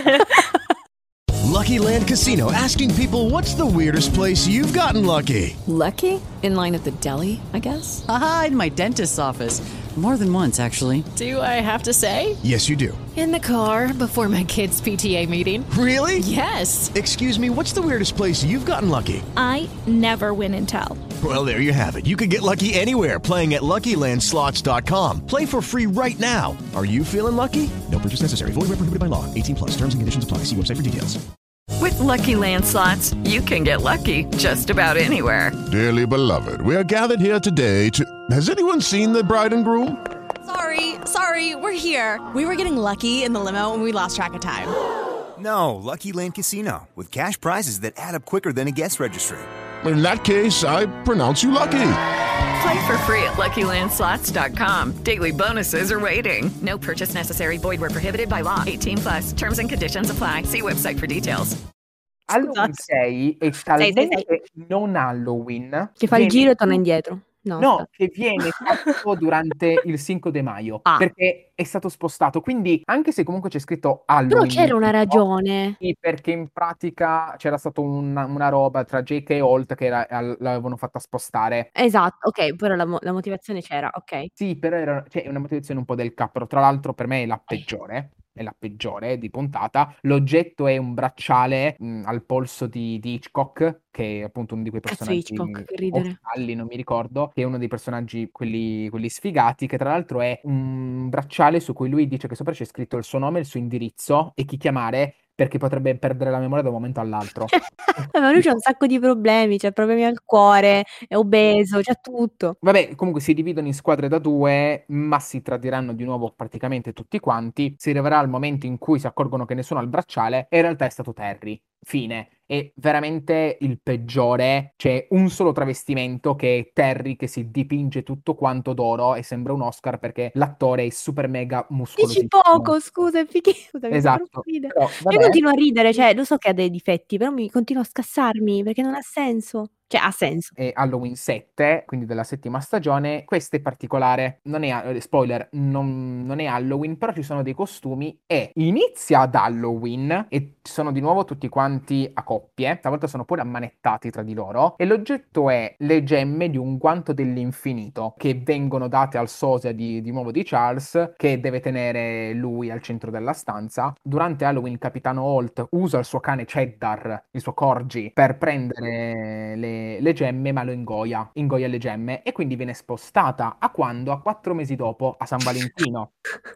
Lucky Land Casino, asking people, what's the weirdest place you've gotten lucky? Lucky? In line at the deli, I guess? Aha, in my dentist's office. More than once, actually. Do I have to say? Yes, you do. In the car before my kids' P T A meeting. Really? Yes. Excuse me, what's the weirdest place you've gotten lucky? I never win and tell. Well, there you have it. You can get lucky anywhere, playing at Lucky Land Slots dot com. Play for free right now. Are you feeling lucky? No purchase necessary. Void where prohibited by law. eighteen plus. Terms and conditions apply. See website for details. With Lucky Land Slots, you can get lucky just about anywhere. Dearly beloved, we are gathered here today to... Has anyone seen the bride and groom? Sorry, sorry, we're here. We were getting lucky in the limo and we lost track of time. No, Lucky Land Casino, with cash prizes that add up quicker than a guest registry. In that case, I pronounce you lucky. Play for free at Lucky Land Slots dot com. Daily bonuses are waiting. No purchase necessary. Void where prohibited by law. eighteen plus. Terms and conditions apply. See website for details. Halloween sei è talmente non Halloween Che fa il viene- giro e torna indietro. No, No, aspetta. che viene fatto durante il cinque di maio, Ah. perché è stato spostato. Quindi, anche se comunque c'è scritto Però Halloween, c'era una no? ragione. Sì, perché in pratica c'era stata una, una roba tra Jake e Holt che era- al- l'avevano fatta spostare. Esatto, ok, però la, mo- la motivazione c'era, ok. Sì, però era, cioè, è una motivazione un po' del cappero. Tra l'altro, per me è la peggiore. È la peggiore di puntata. L'oggetto è un bracciale mh, al polso di, di Hitchcock, che è appunto uno di quei Cazzo personaggi Hitchcock, che o ridere. Scully, non mi ricordo, che è uno dei personaggi quelli, quelli sfigati, che tra l'altro è un bracciale su cui lui dice che sopra c'è scritto il suo nome, il suo indirizzo e chi chiamare perché potrebbe perdere la memoria da un momento all'altro. Eh, ma lui c'ha un sacco di problemi, c'ha problemi al cuore, è obeso, c'ha tutto. Vabbè, comunque si dividono in squadre da due, ma si tradiranno di nuovo praticamente tutti quanti. Si arriverà al momento in cui si accorgono che nessuno ha il bracciale e in realtà è stato Terry. Fine. È veramente il peggiore. C'è un solo travestimento che è Terry che si dipinge tutto quanto d'oro e sembra un Oscar perché l'attore è super mega muscoloso. Dici poco, scusa, è fichi- scusa, mi fa Esatto. troppo ridere. Però, Io vabbè. continuo a ridere, cioè, lo so che ha dei difetti, però mi continuo a scassarmi perché non ha senso. Cioè, ha senso. E Halloween sette, quindi della settima stagione. Questo è particolare, non è, spoiler, non, non è Halloween, però ci sono dei costumi e inizia ad Halloween e sono di nuovo tutti quanti a coppie, stavolta sono pure ammanettati tra di loro, e l'oggetto è le gemme di un guanto dell'infinito che vengono date al sosia di, di nuovo di Charles, che deve tenere lui al centro della stanza. Durante Halloween il capitano Holt usa il suo cane Cheddar, il suo corgi, per prendere le, le gemme, ma lo ingoia, ingoia le gemme, e quindi viene spostata a quando? A quattro mesi dopo, a San Valentino.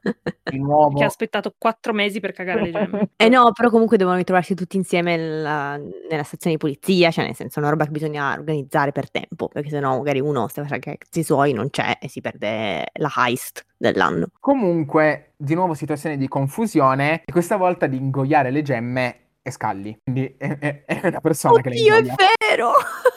Di nuovo. Che ha aspettato quattro mesi per cagare le gemme. Eh no, però comunque devono ritrovarsi tutti insieme nella, nella stazione di polizia, cioè nel senso è una roba che bisogna organizzare per tempo, perché sennò magari uno sta facendo i cazzi suoi, non c'è e si perde la heist dell'anno. Comunque, di nuovo situazione di confusione, e questa volta di ingoiare le gemme è Scully, quindi è, è, è una persona Oddio, che le ingoia. è vero!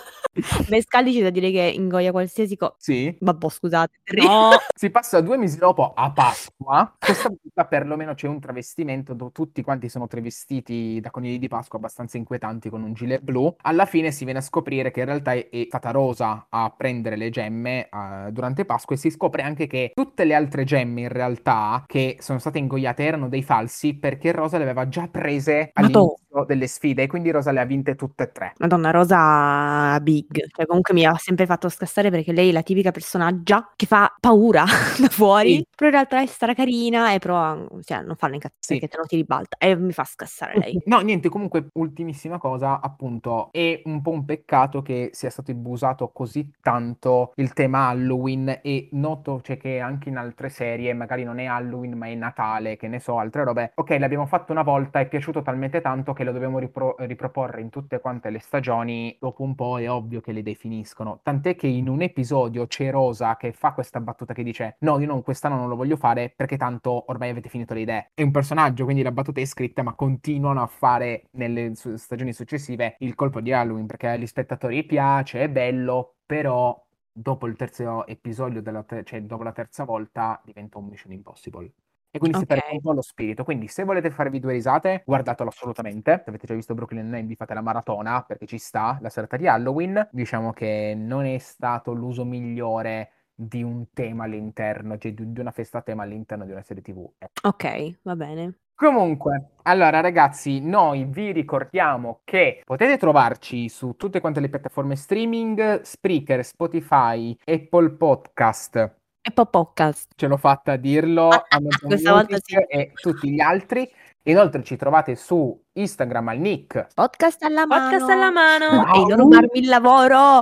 Beh, Scully c'è da dire che ingoia qualsiasi cosa. Sì. Vabbè, scusate. No, si passa due mesi dopo a Pasqua. Questa volta perlomeno c'è un travestimento dove tutti quanti sono travestiti da conigli di Pasqua abbastanza inquietanti con un gilet blu. Alla fine si viene a scoprire che in realtà è, è stata Rosa a prendere le gemme uh, durante Pasqua, e si scopre anche che tutte le altre gemme in realtà che sono state ingoiate erano dei falsi, perché Rosa le aveva già prese all'inizio Madonna. delle sfide, e quindi Rosa le ha vinte tutte e tre. Madonna, Rosa big. Cioè, comunque mi ha sempre fatto scassare perché lei è la tipica personaggia che fa paura da fuori, sì. Però in realtà è stra carina e però cioè, non fanno incazzare, sì. Perché te lo ti ribalta e mi fa scassare lei. No, niente, comunque ultimissima cosa, appunto, è un po' un peccato che sia stato abusato così tanto il tema Halloween, e noto cioè, che anche in altre serie magari non è Halloween ma è Natale, che ne so, altre robe. Ok, l'abbiamo fatto una volta, è piaciuto talmente tanto che lo dobbiamo ripro- riproporre in tutte quante le stagioni. Dopo un po' è ovvio che le definiscono, tant'è che in un episodio c'è Rosa che fa questa battuta che dice no, io non, quest'anno non lo voglio fare perché tanto ormai avete finito le idee. È un personaggio, quindi la battuta è scritta, ma continuano a fare nelle su- stagioni successive il colpo di Halloween perché agli spettatori piace, è bello, però dopo il terzo episodio, della te- cioè dopo la terza volta diventa un Mission Impossible. E quindi si Ok. perde un po' lo spirito. Quindi se volete farvi due risate, guardatelo assolutamente. Se avete già visto Brooklyn Nine-Nine, vi fate la maratona, perché ci sta la serata di Halloween. Diciamo che non è stato l'uso migliore di un tema all'interno, cioè di di una festa a tema all'interno di una serie tivù. Ok, va bene. Comunque, allora ragazzi, noi vi ricordiamo che potete trovarci su tutte quante le piattaforme streaming, Spreaker, Spotify, Apple Podcast. Apple Podcast. Ce l'ho fatta a dirlo, Amazon Questa volta Music sì. e tutti gli altri. Inoltre ci trovate su Instagram al nick Podcast alla mano. Podcast alla mano. No, e non rubarmi il lavoro.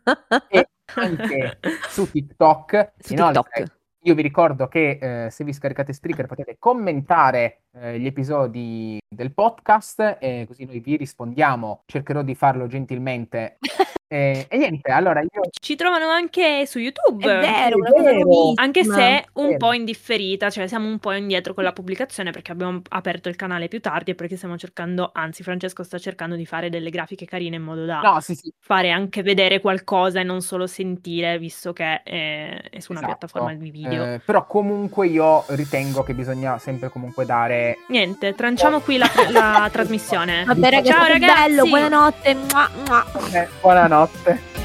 e anche su TikTok. Su Inoltre, TikTok. io vi ricordo che eh, se vi scaricate Spreaker potete commentare eh, gli episodi del podcast, e così noi vi rispondiamo. Cercherò di farlo gentilmente. E, e niente, allora io... Ci trovano anche su YouTube. È vero, una È cosa vero. nuovissima. Anche se un Vero. po' in differita, cioè siamo un po' indietro con la pubblicazione perché abbiamo aperto il canale più tardi e perché stiamo cercando, anzi Francesco sta cercando di fare delle grafiche carine in modo da No, sì, sì. fare anche vedere qualcosa e non solo sentire, visto che è, è su una Esatto. piattaforma di video. Eh, però comunque io ritengo che bisogna sempre comunque dare... Niente, tranciamo qui la, la trasmissione. Vabbè, ragazzi, Ciao è ragazzi! bello, buonanotte. Mua, mua. Eh, buonanotte.